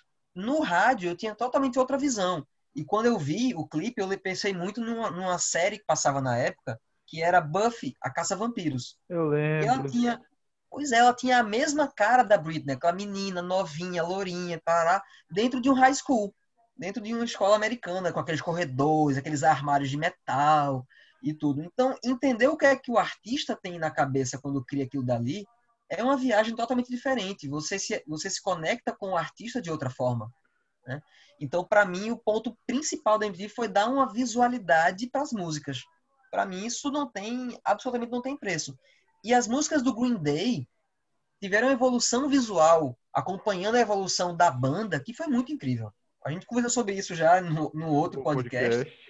No rádio, eu tinha totalmente outra visão. E quando eu vi o clipe, eu pensei muito numa, numa série que passava na época, que era Buffy, a Caça-Vampiros. Eu E ela lembro. tinha, pois é, ela tinha a mesma cara da Britney, aquela menina novinha, lourinha, pará, dentro de um high school, dentro de uma escola americana, com aqueles corredores, aqueles armários de metal e tudo. Então, entender o que é que o artista tem na cabeça quando cria aquilo dali é uma viagem totalmente diferente. Você se, você se conecta com o artista de outra forma, né? Então, para mim, o ponto principal da M T V foi dar uma visualidade para as músicas. Para mim, isso não tem, absolutamente não tem preço. E as músicas do Green Day tiveram uma evolução visual, acompanhando a evolução da banda, que foi muito incrível. A gente conversou sobre isso já no, no outro O podcast, podcast.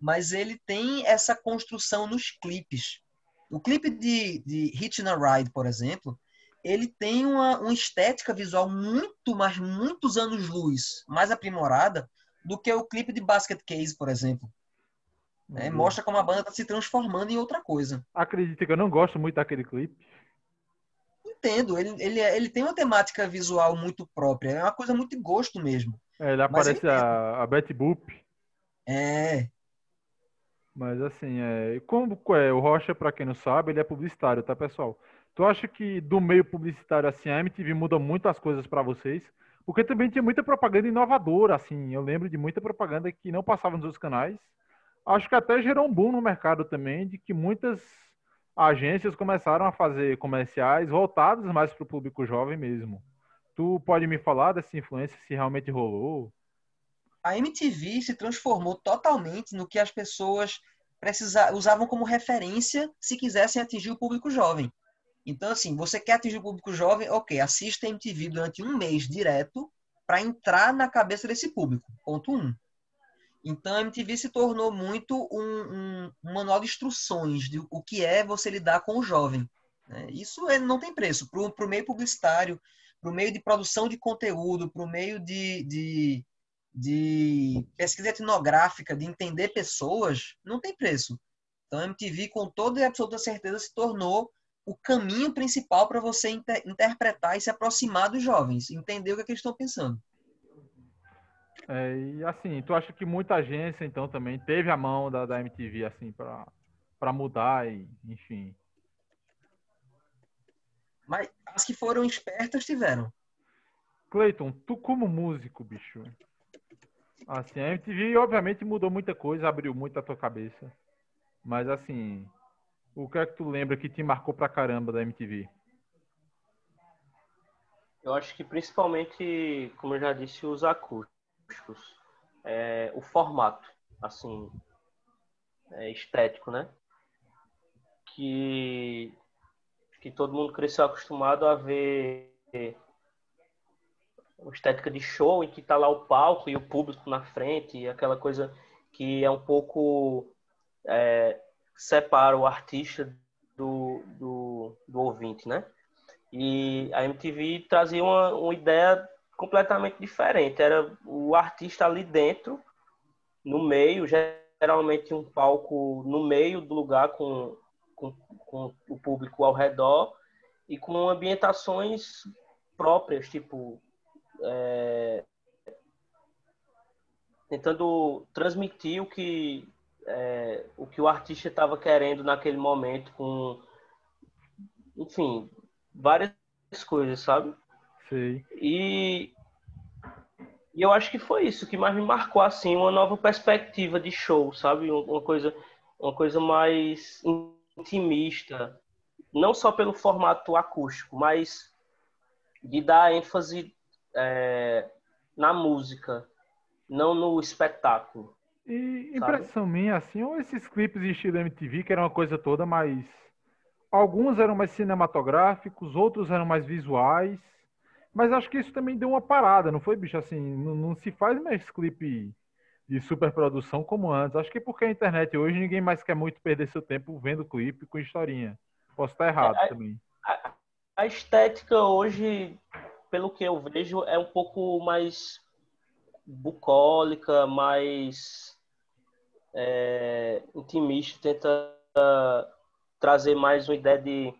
mas ele tem essa construção nos clipes. O clipe de, de Hitchin' a Ride, por exemplo, ele tem uma, uma estética visual muito, mas muitos anos-luz mais aprimorada do que o clipe de Basket Case, por exemplo. É, mostra como a banda está se transformando em outra coisa. Acredita que eu não gosto muito daquele clipe. Entendo, ele, ele, ele tem uma temática visual muito própria, é uma coisa muito de gosto mesmo. É, ele Mas eu aparece entendo. a, a Betty Boop. É, Mas assim, é, como é, o Rocha, pra quem não sabe, ele é publicitário, tá, pessoal? Tu acha que do meio publicitário, assim, a M T V muda muito as coisas pra vocês? Porque também tinha muita propaganda inovadora, assim, eu lembro de muita propaganda que não passava nos outros canais. Acho que até gerou um boom no mercado também, de que muitas agências começaram a fazer comerciais voltados mais para o público jovem mesmo. Tu pode me falar dessa influência, se realmente rolou? a M T V se transformou totalmente no que as pessoas precisa, usavam como referência se quisessem atingir o público jovem. Então, assim, você quer atingir o público jovem? Ok, assista a M T V durante um mês direto para entrar na cabeça desse público. Ponto um. Então, a M T V se tornou muito um, um, um manual de instruções de o que é você lidar com o jovem. Né? Isso é, não tem preço. Para o meio publicitário, para o meio de produção de conteúdo, para o meio de, de, de pesquisa etnográfica, de entender pessoas, não tem preço. Então, a M T V, com toda e absoluta certeza, se tornou o caminho principal para você inter interpretar e se aproximar dos jovens, entender o que, é que eles estão pensando. É, e assim, tu acha que muita agência, então, também teve a mão da, da M T V, assim, para para mudar e, enfim. Mas as que foram espertas tiveram. Cleiton, tu como músico, bicho, assim, a M T V obviamente mudou muita coisa, abriu muito a tua cabeça. Mas assim, o que é que tu lembra que te marcou pra caramba da M T V? Eu acho que principalmente, como eu já disse, os acústicos. É, o formato, assim, é, estético, né? Que, que todo mundo cresceu acostumado a ver uma estética de show em que tá lá o palco e o público na frente, e aquela coisa que é um pouco é, separa o artista do, do, do ouvinte, né? E a M T V trazia uma, uma ideia completamente diferente. Era o artista ali dentro, no meio, geralmente um palco no meio do lugar com, com, com o público ao redor e com ambientações próprias, tipo é, tentando transmitir o que é, o que o artista estava querendo naquele momento, com, enfim, várias coisas, sabe? Sei. E, e eu acho que foi isso que mais me marcou, assim, uma nova perspectiva de show, sabe? Uma coisa, uma coisa mais intimista, não só pelo formato acústico, mas de dar ênfase é, na música, não no espetáculo, E sabe? impressão minha, assim, ou esses clipes estilo M T V, que era uma coisa toda, mas alguns eram mais cinematográficos, outros eram mais visuais. Mas acho que isso também deu uma parada, não foi, bicho? Assim, não, não se faz mais clipe de superprodução como antes. Acho que porque a internet hoje ninguém mais quer muito perder seu tempo vendo clipe com historinha. Posso estar É, errado a, também. a, a estética hoje, pelo que eu vejo, é um pouco mais bucólica, mais é, intimista, tenta trazer mais uma ideia de,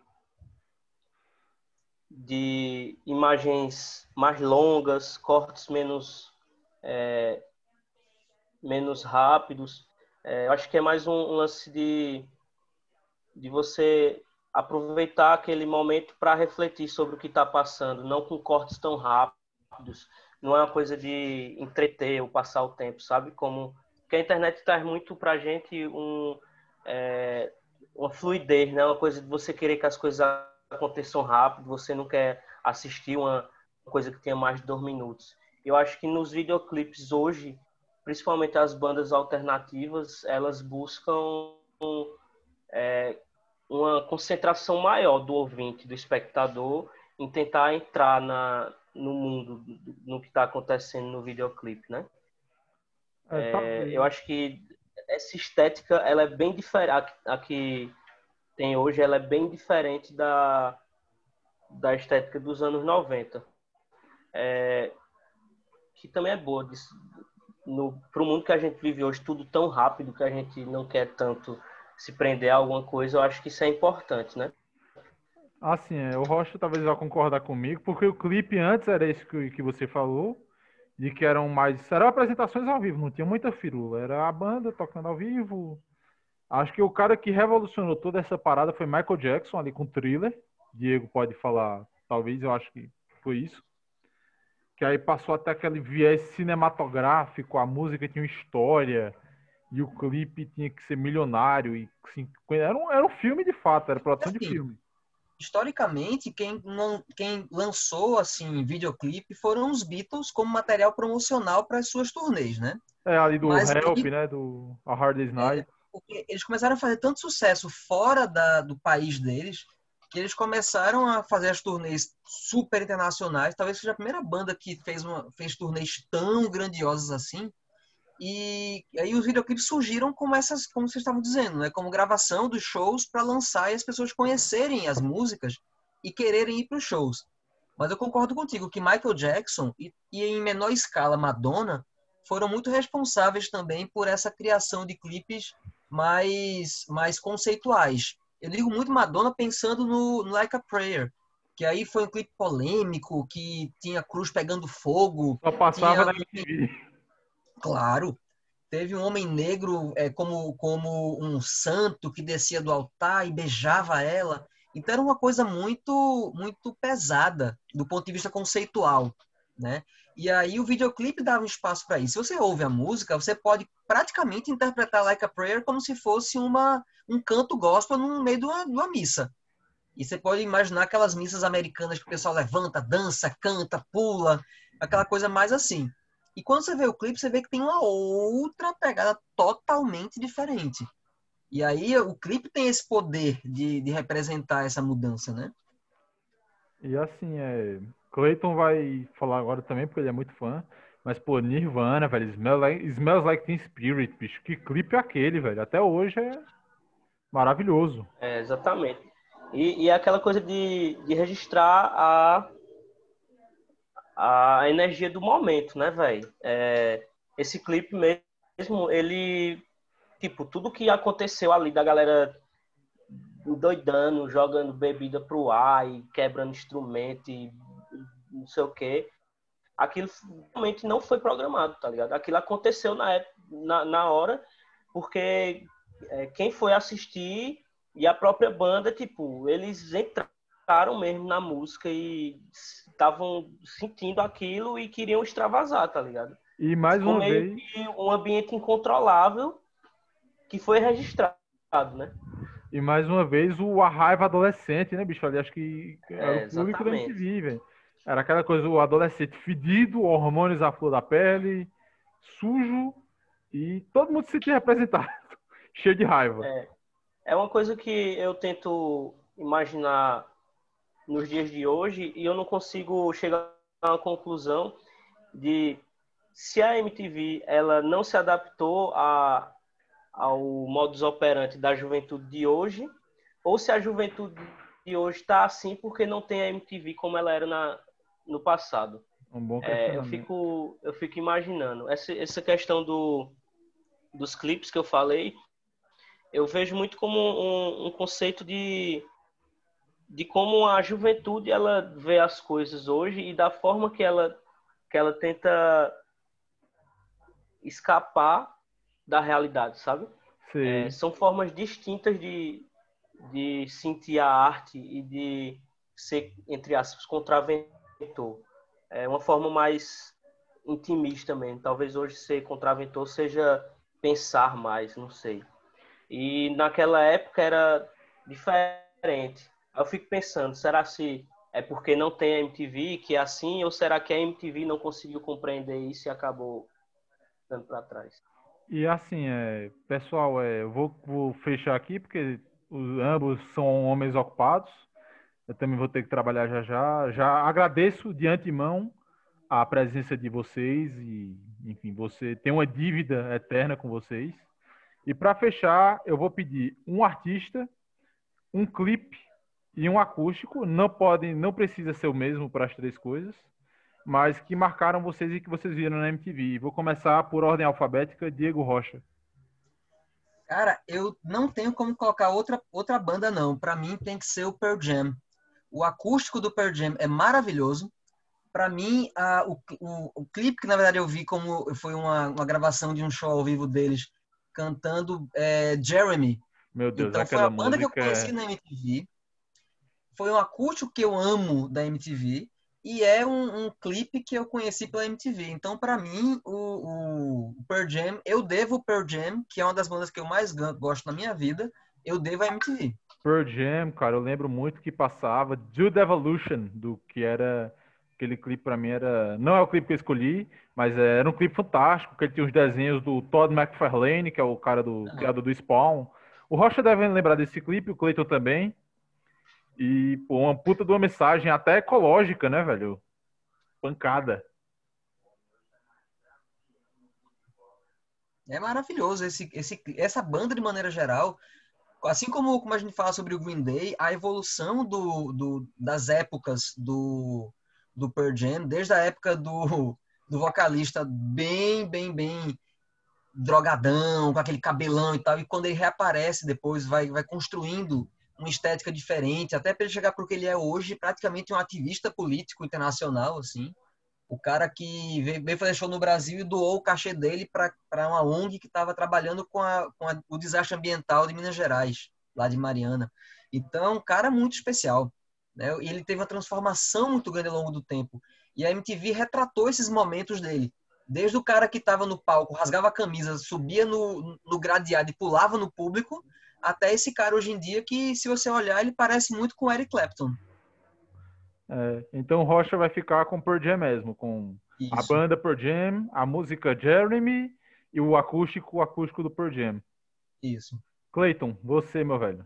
de imagens mais longas, cortes menos, é, menos rápidos. É, eu acho que é mais um, um lance de, de você aproveitar aquele momento para refletir sobre o que está passando, não com cortes tão rápidos. Não é uma coisa de entreter ou passar o tempo, sabe? Como que a internet traz muito para a gente um, é, uma fluidez, né? Uma coisa de você querer que as coisas aconteçam rápido, você não quer assistir uma coisa que tenha mais de dois minutos. Eu acho que nos videoclipes hoje, principalmente as bandas alternativas, elas buscam é, uma concentração maior do ouvinte, do espectador, em tentar entrar na, no mundo, no que está acontecendo no videoclipe, né? É, É, eu talvez. acho que essa estética, ela é bem diferente. A que tem hoje, ela é bem diferente da, da estética dos anos noventa. É, que também é boa. Para o mundo que a gente vive hoje, tudo tão rápido que a gente não quer tanto se prender a alguma coisa, eu acho que isso é importante, né? Assim, é, o Rocha talvez vá concordar comigo, porque o clipe antes era esse que, que você falou, de que eram mais. Eram apresentações ao vivo, não tinha muita firula. Era a banda tocando ao vivo. Acho que o cara que revolucionou toda essa parada foi Michael Jackson, ali com Thriller. Diego pode falar, talvez, eu acho que foi isso. Que aí passou até aquele viés cinematográfico, a música tinha uma história, e o clipe tinha que ser milionário. E, assim, era, um, era um filme de fato, era produção de Assim, filme. historicamente, quem, não, quem lançou assim videoclipe foram os Beatles como material promocional para as suas turnês, né? É, ali do Mas Help, aí, né? Do A Hard Day's é, Night. porque eles começaram a fazer tanto sucesso fora da, do país deles que eles começaram a fazer as turnês super internacionais. Talvez seja a primeira banda que fez, uma, fez turnês tão grandiosas assim. E aí os videoclipes surgiram como essas, como vocês estavam dizendo, né? Como gravação dos shows para lançar e as pessoas conhecerem as músicas e quererem ir para os shows. Mas eu concordo contigo que Michael Jackson e, e em menor escala Madonna foram muito responsáveis também por essa criação de clipes mais mais conceituais. Eu digo muito Madonna pensando no, no Like a Prayer, que aí foi um clipe polêmico, que tinha cruz pegando fogo, Só passava tinha, na M T V. claro, teve um homem negro é, como, como um santo que descia do altar e beijava ela. Então era uma coisa muito muito pesada do ponto de vista conceitual, né? E aí o videoclipe dava um espaço para isso. Se você ouve a música, você pode praticamente interpretar Like a Prayer como se fosse uma, um canto gospel no meio de uma, de uma missa. E você pode imaginar aquelas missas americanas que o pessoal levanta, dança, canta, pula, aquela coisa mais assim. E quando você vê o clipe, você vê que tem uma outra pegada totalmente diferente. E aí o clipe tem esse poder de, de representar essa mudança, né? E assim, é. Clayton vai falar agora também, porque ele é muito fã. Mas, pô, Nirvana, velho. Smells Like, Smells Like Teen Spirit, bicho. Que clipe é aquele, velho? Até hoje é maravilhoso. É, exatamente. E, e é aquela coisa de, de registrar a, a energia do momento, né, velho? É, esse clipe mesmo, ele, tipo, tudo que aconteceu ali da galera doidando, jogando bebida pro ar e quebrando instrumento e não sei o quê, aquilo realmente não foi programado, tá ligado? Aquilo aconteceu na, na, na hora, porque é, quem foi assistir e a própria banda, tipo, eles entraram mesmo na música e estavam sentindo aquilo e queriam extravasar, tá ligado? E mais Ficou uma meio vez. que um ambiente incontrolável que foi registrado, né? E mais uma vez o a raiva adolescente, né, bicho? Ali acho que era o É, público da exatamente. M T V, velho. Era aquela coisa, o adolescente fedido, hormônios à flor da pele, sujo, e todo mundo se sentia representado, cheio de raiva. É, é uma coisa que eu tento imaginar nos dias de hoje e eu não consigo chegar a uma conclusão de se a M T V ela não se adaptou a, ao modus operandi da juventude de hoje ou se a juventude de hoje está assim porque não tem a M T V como ela era na, no passado. Um bom É, eu questionamento. fico eu fico imaginando essa, essa questão do, dos clipes que eu falei, eu vejo muito como um, um conceito de de como a juventude ela vê as coisas hoje e da forma que ela que ela tenta escapar da realidade, sabe? É, Sei. são formas distintas de, de sentir a arte e de ser, entre aspas, contraventor. É uma forma mais intimista mesmo. Talvez hoje ser contraventor seja pensar mais, não sei. E naquela época era diferente. Eu fico pensando, será se é porque não tem a M T V que é assim, ou será que a M T V não conseguiu compreender isso e acabou dando para trás? E assim, é, pessoal, é, eu vou, vou fechar aqui porque os, ambos são homens ocupados. Eu também vou ter que trabalhar já já. Já agradeço de antemão a presença de vocês e, enfim, você tem uma dívida eterna com vocês. E para fechar, eu vou pedir um artista, um clipe e um acústico. Não podem, não precisa ser o mesmo para as três coisas, mas que marcaram vocês e que vocês viram na M T V. Vou começar por ordem alfabética, Diego Rocha. Cara, eu não tenho como colocar outra, outra banda, não. Pra mim tem que ser o Pearl Jam. O acústico do Pearl Jam é maravilhoso. Pra mim, a, o, o, o clipe que na verdade eu vi como foi uma, uma gravação de um show ao vivo deles cantando é, Jeremy. Meu Deus, Então foi aquela a banda que eu música conheci é... na M T V. Foi um acústico que eu amo da M T V. E é um, um clipe que eu conheci pela M T V. Então, pra mim, o, o Pearl Jam, eu devo o Pearl Jam, que é uma das bandas que eu mais gan- gosto na minha vida, eu devo a M T V. Pearl Jam, cara, eu lembro muito que passava Jude Evolution, do que era aquele clipe pra mim era, não é o clipe que eu escolhi, mas é, era um clipe fantástico, que ele tinha os desenhos do Todd McFarlane, que é o cara do Aham. criador do Spawn. O Rocha deve lembrar desse clipe, o Clayton também. E, pô, uma puta de uma mensagem até ecológica, né, velho? Pancada. É maravilhoso esse, esse, essa banda de maneira geral. Assim como, como a gente fala sobre o Green Day, a evolução do, do, das épocas do, do Pearl Jam, desde a época do, do vocalista bem, bem, bem drogadão, com aquele cabelão e tal, e quando ele reaparece depois, vai, vai construindo uma estética diferente, até para ele chegar para o que ele é hoje, praticamente um ativista político internacional, assim. O cara que veio, veio fazer show no Brasil e doou o cachê dele para uma O N G que estava trabalhando com, a, com a, o desastre ambiental de Minas Gerais, lá de Mariana. Então, é um cara muito especial. Né? E ele teve uma transformação muito grande ao longo do tempo. E a M T V retratou esses momentos dele. Desde o cara que estava no palco, rasgava a camisa, subia no, no gradeado e pulava no público, até esse cara hoje em dia que, se você olhar, ele parece muito com o Eric Clapton. É, então o Rocha vai ficar com Pearl Jam mesmo, com a Isso, banda Pearl Jam, a música Jeremy e o acústico, o acústico do Pearl Jam. isso. Clayton, você, meu velho.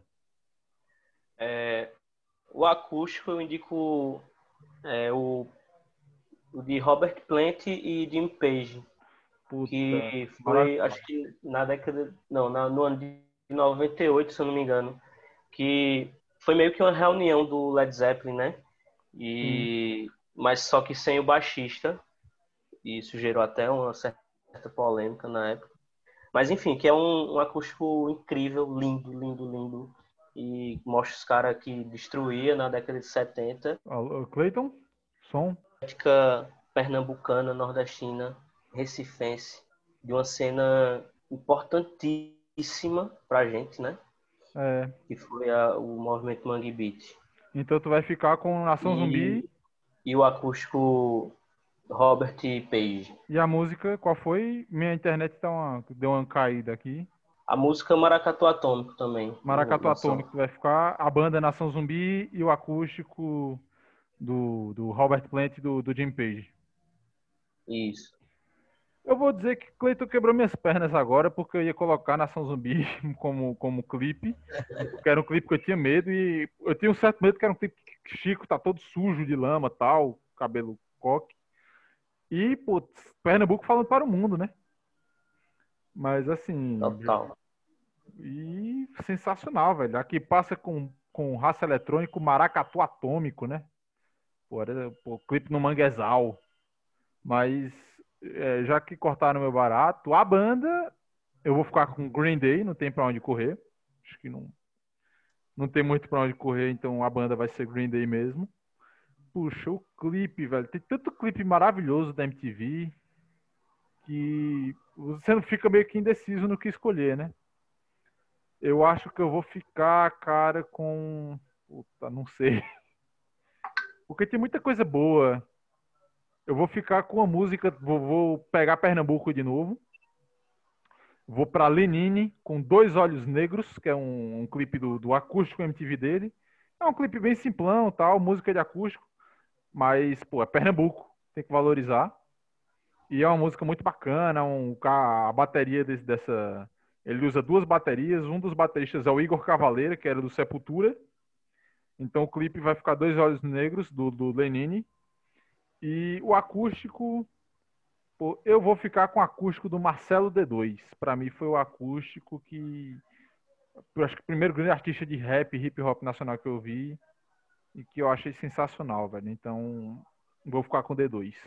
É, o acústico eu indico é, o, o de Robert Plant e Jim Page, Puta, que foi, maravilhoso. acho que na década, não, na, no ano de noventa e oito, se eu não me engano, que foi meio que uma reunião do Led Zeppelin, né? Sim. E, mas só que sem o baixista, e isso gerou até uma certa polêmica na época. Mas enfim, que é um, um acústico incrível, lindo, lindo, lindo. E mostra os caras que destruía na década de setenta. Alô, Clayton? Som? Ética pernambucana, nordestina, recifense, de uma cena importantíssima pra gente, né? É. Que foi a, o movimento Mangue Beat. Então tu vai ficar com Nação E, Zumbi e o acústico Robert Page. e a música, qual foi? Minha internet tá uma, deu uma caída aqui. A música Maracatu Atômico também, do, Maracatu da Som. Atômico vai ficar, a banda Nação Zumbi e o acústico do, do Robert Plant e do, do Jim Page. Isso. Eu vou dizer que Cleiton quebrou minhas pernas agora, porque eu ia colocar Nação Zumbi como, como clipe, porque era um clipe que eu tinha medo, e eu tinha um certo medo que era um clipe que Chico tá todo sujo de lama, tal, cabelo coque. E, putz, Pernambuco falando para o mundo, né? Mas, assim, Total. e sensacional, velho. Aqui passa com, com raça eletrônico, maracatu atômico, né? Pô, era, pô, clipe no Manguezal. Mas, é, já que cortaram meu barato, a banda, eu vou ficar com Green Day, não tem pra onde correr. Acho que não, não tem muito pra onde correr, então a banda vai ser Green Day mesmo. Puxa, o clipe, velho. Tem tanto clipe maravilhoso da M T V que você não fica meio que indeciso no que escolher, né? Eu acho que eu vou ficar, cara, com... Puta, não sei. Porque tem muita coisa boa. Eu vou ficar com a música, vou, vou pegar Pernambuco de novo. Vou pra Lenine com Dois Olhos Negros, que é um, um clipe do, do acústico M T V dele. É um clipe bem simplão, tal, música de acústico. Mas, pô, é Pernambuco, tem que valorizar. E é uma música muito bacana, um, a bateria desse, dessa... Ele usa duas baterias, um dos bateristas é o Igor Cavaleira, que era do Sepultura. Então o clipe vai ficar Dois Olhos Negros, do, do Lenine. E o acústico, Pô, eu vou ficar com o acústico do Marcelo D dois. Pra mim foi o acústico que... Eu acho que o primeiro grande artista de rap, hip hop nacional que eu vi e que eu achei sensacional, velho. Então, vou ficar com o D dois.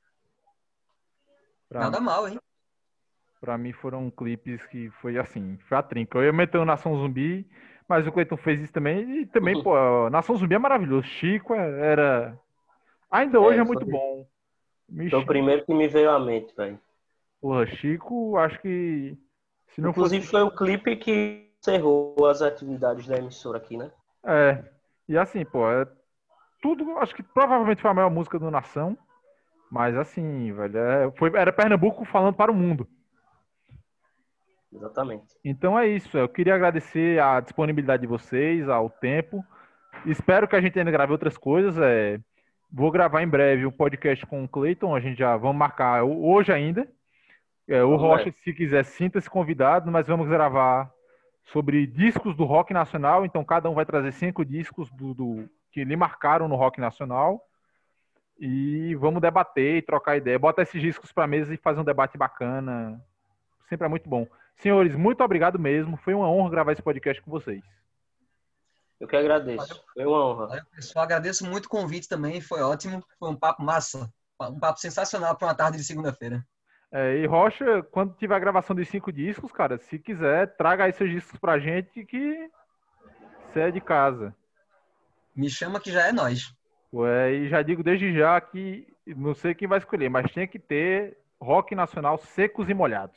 Pra, Nada mal, hein? pra mim foram clipes que foi assim, foi a trinca. Eu ia meter o Nação Zumbi, mas o Cleiton fez isso também. E também, pô, Nação Zumbi é maravilhoso. Chico era... Ainda hoje é É, muito foi, bom. foi o Me... primeiro que me veio à mente, velho. Porra, Chico, acho que se não fosse... Inclusive, foi o clipe que encerrou as atividades da emissora aqui, né? É, e assim, pô, é tudo, acho que provavelmente foi a maior música do Nação, mas assim, velho, é, foi, era Pernambuco falando para o mundo. Exatamente. Então é isso, eu queria agradecer a disponibilidade de vocês, ao tempo. Espero que a gente ainda grave outras coisas. É, vou gravar em breve um podcast com o Cleiton, a gente já vamos marcar hoje ainda. É, o Vamos Rocha, ver. se quiser, sinta-se convidado, mas vamos gravar sobre discos do rock nacional. Então, cada um vai trazer cinco discos do, do que lhe marcaram no rock nacional. E vamos debater e trocar ideia. Bota esses discos para mesa e fazer um debate bacana. Sempre é muito bom. Senhores, muito obrigado mesmo. Foi uma honra gravar esse podcast com vocês. Eu que agradeço. Foi uma honra. Valeu, pessoal. Agradeço muito o convite também. Foi ótimo. Foi um papo massa. Um papo sensacional para uma tarde de segunda-feira. É, e Rocha, quando tiver a gravação de cinco discos, cara, se quiser, traga aí seus discos pra gente que você é de casa. Me chama que já é nós. Ué, e já digo desde já que não sei quem vai escolher, mas tinha que ter rock nacional secos e molhados.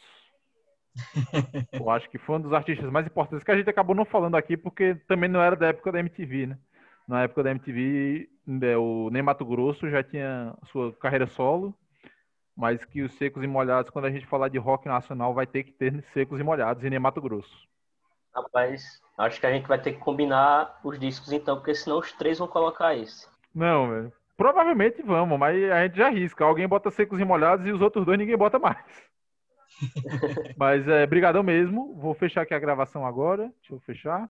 Eu acho que foi um dos artistas mais importantes que a gente acabou não falando aqui, porque também não era da época da M T V, né? Na época da M T V, né, o Ney Matogrosso já tinha sua carreira solo, mas que os secos e molhados, quando a gente falar de rock nacional, vai ter que ter secos e molhados e Ney Matogrosso. Rapaz, acho que a gente vai ter que combinar os discos então, porque senão os três vão colocar esse. Não, velho. Provavelmente vamos, mas a gente já arrisca. Alguém bota secos e molhados e os outros dois ninguém bota mais. Mas é brigadão mesmo. Vou fechar aqui a gravação agora. Deixa eu fechar.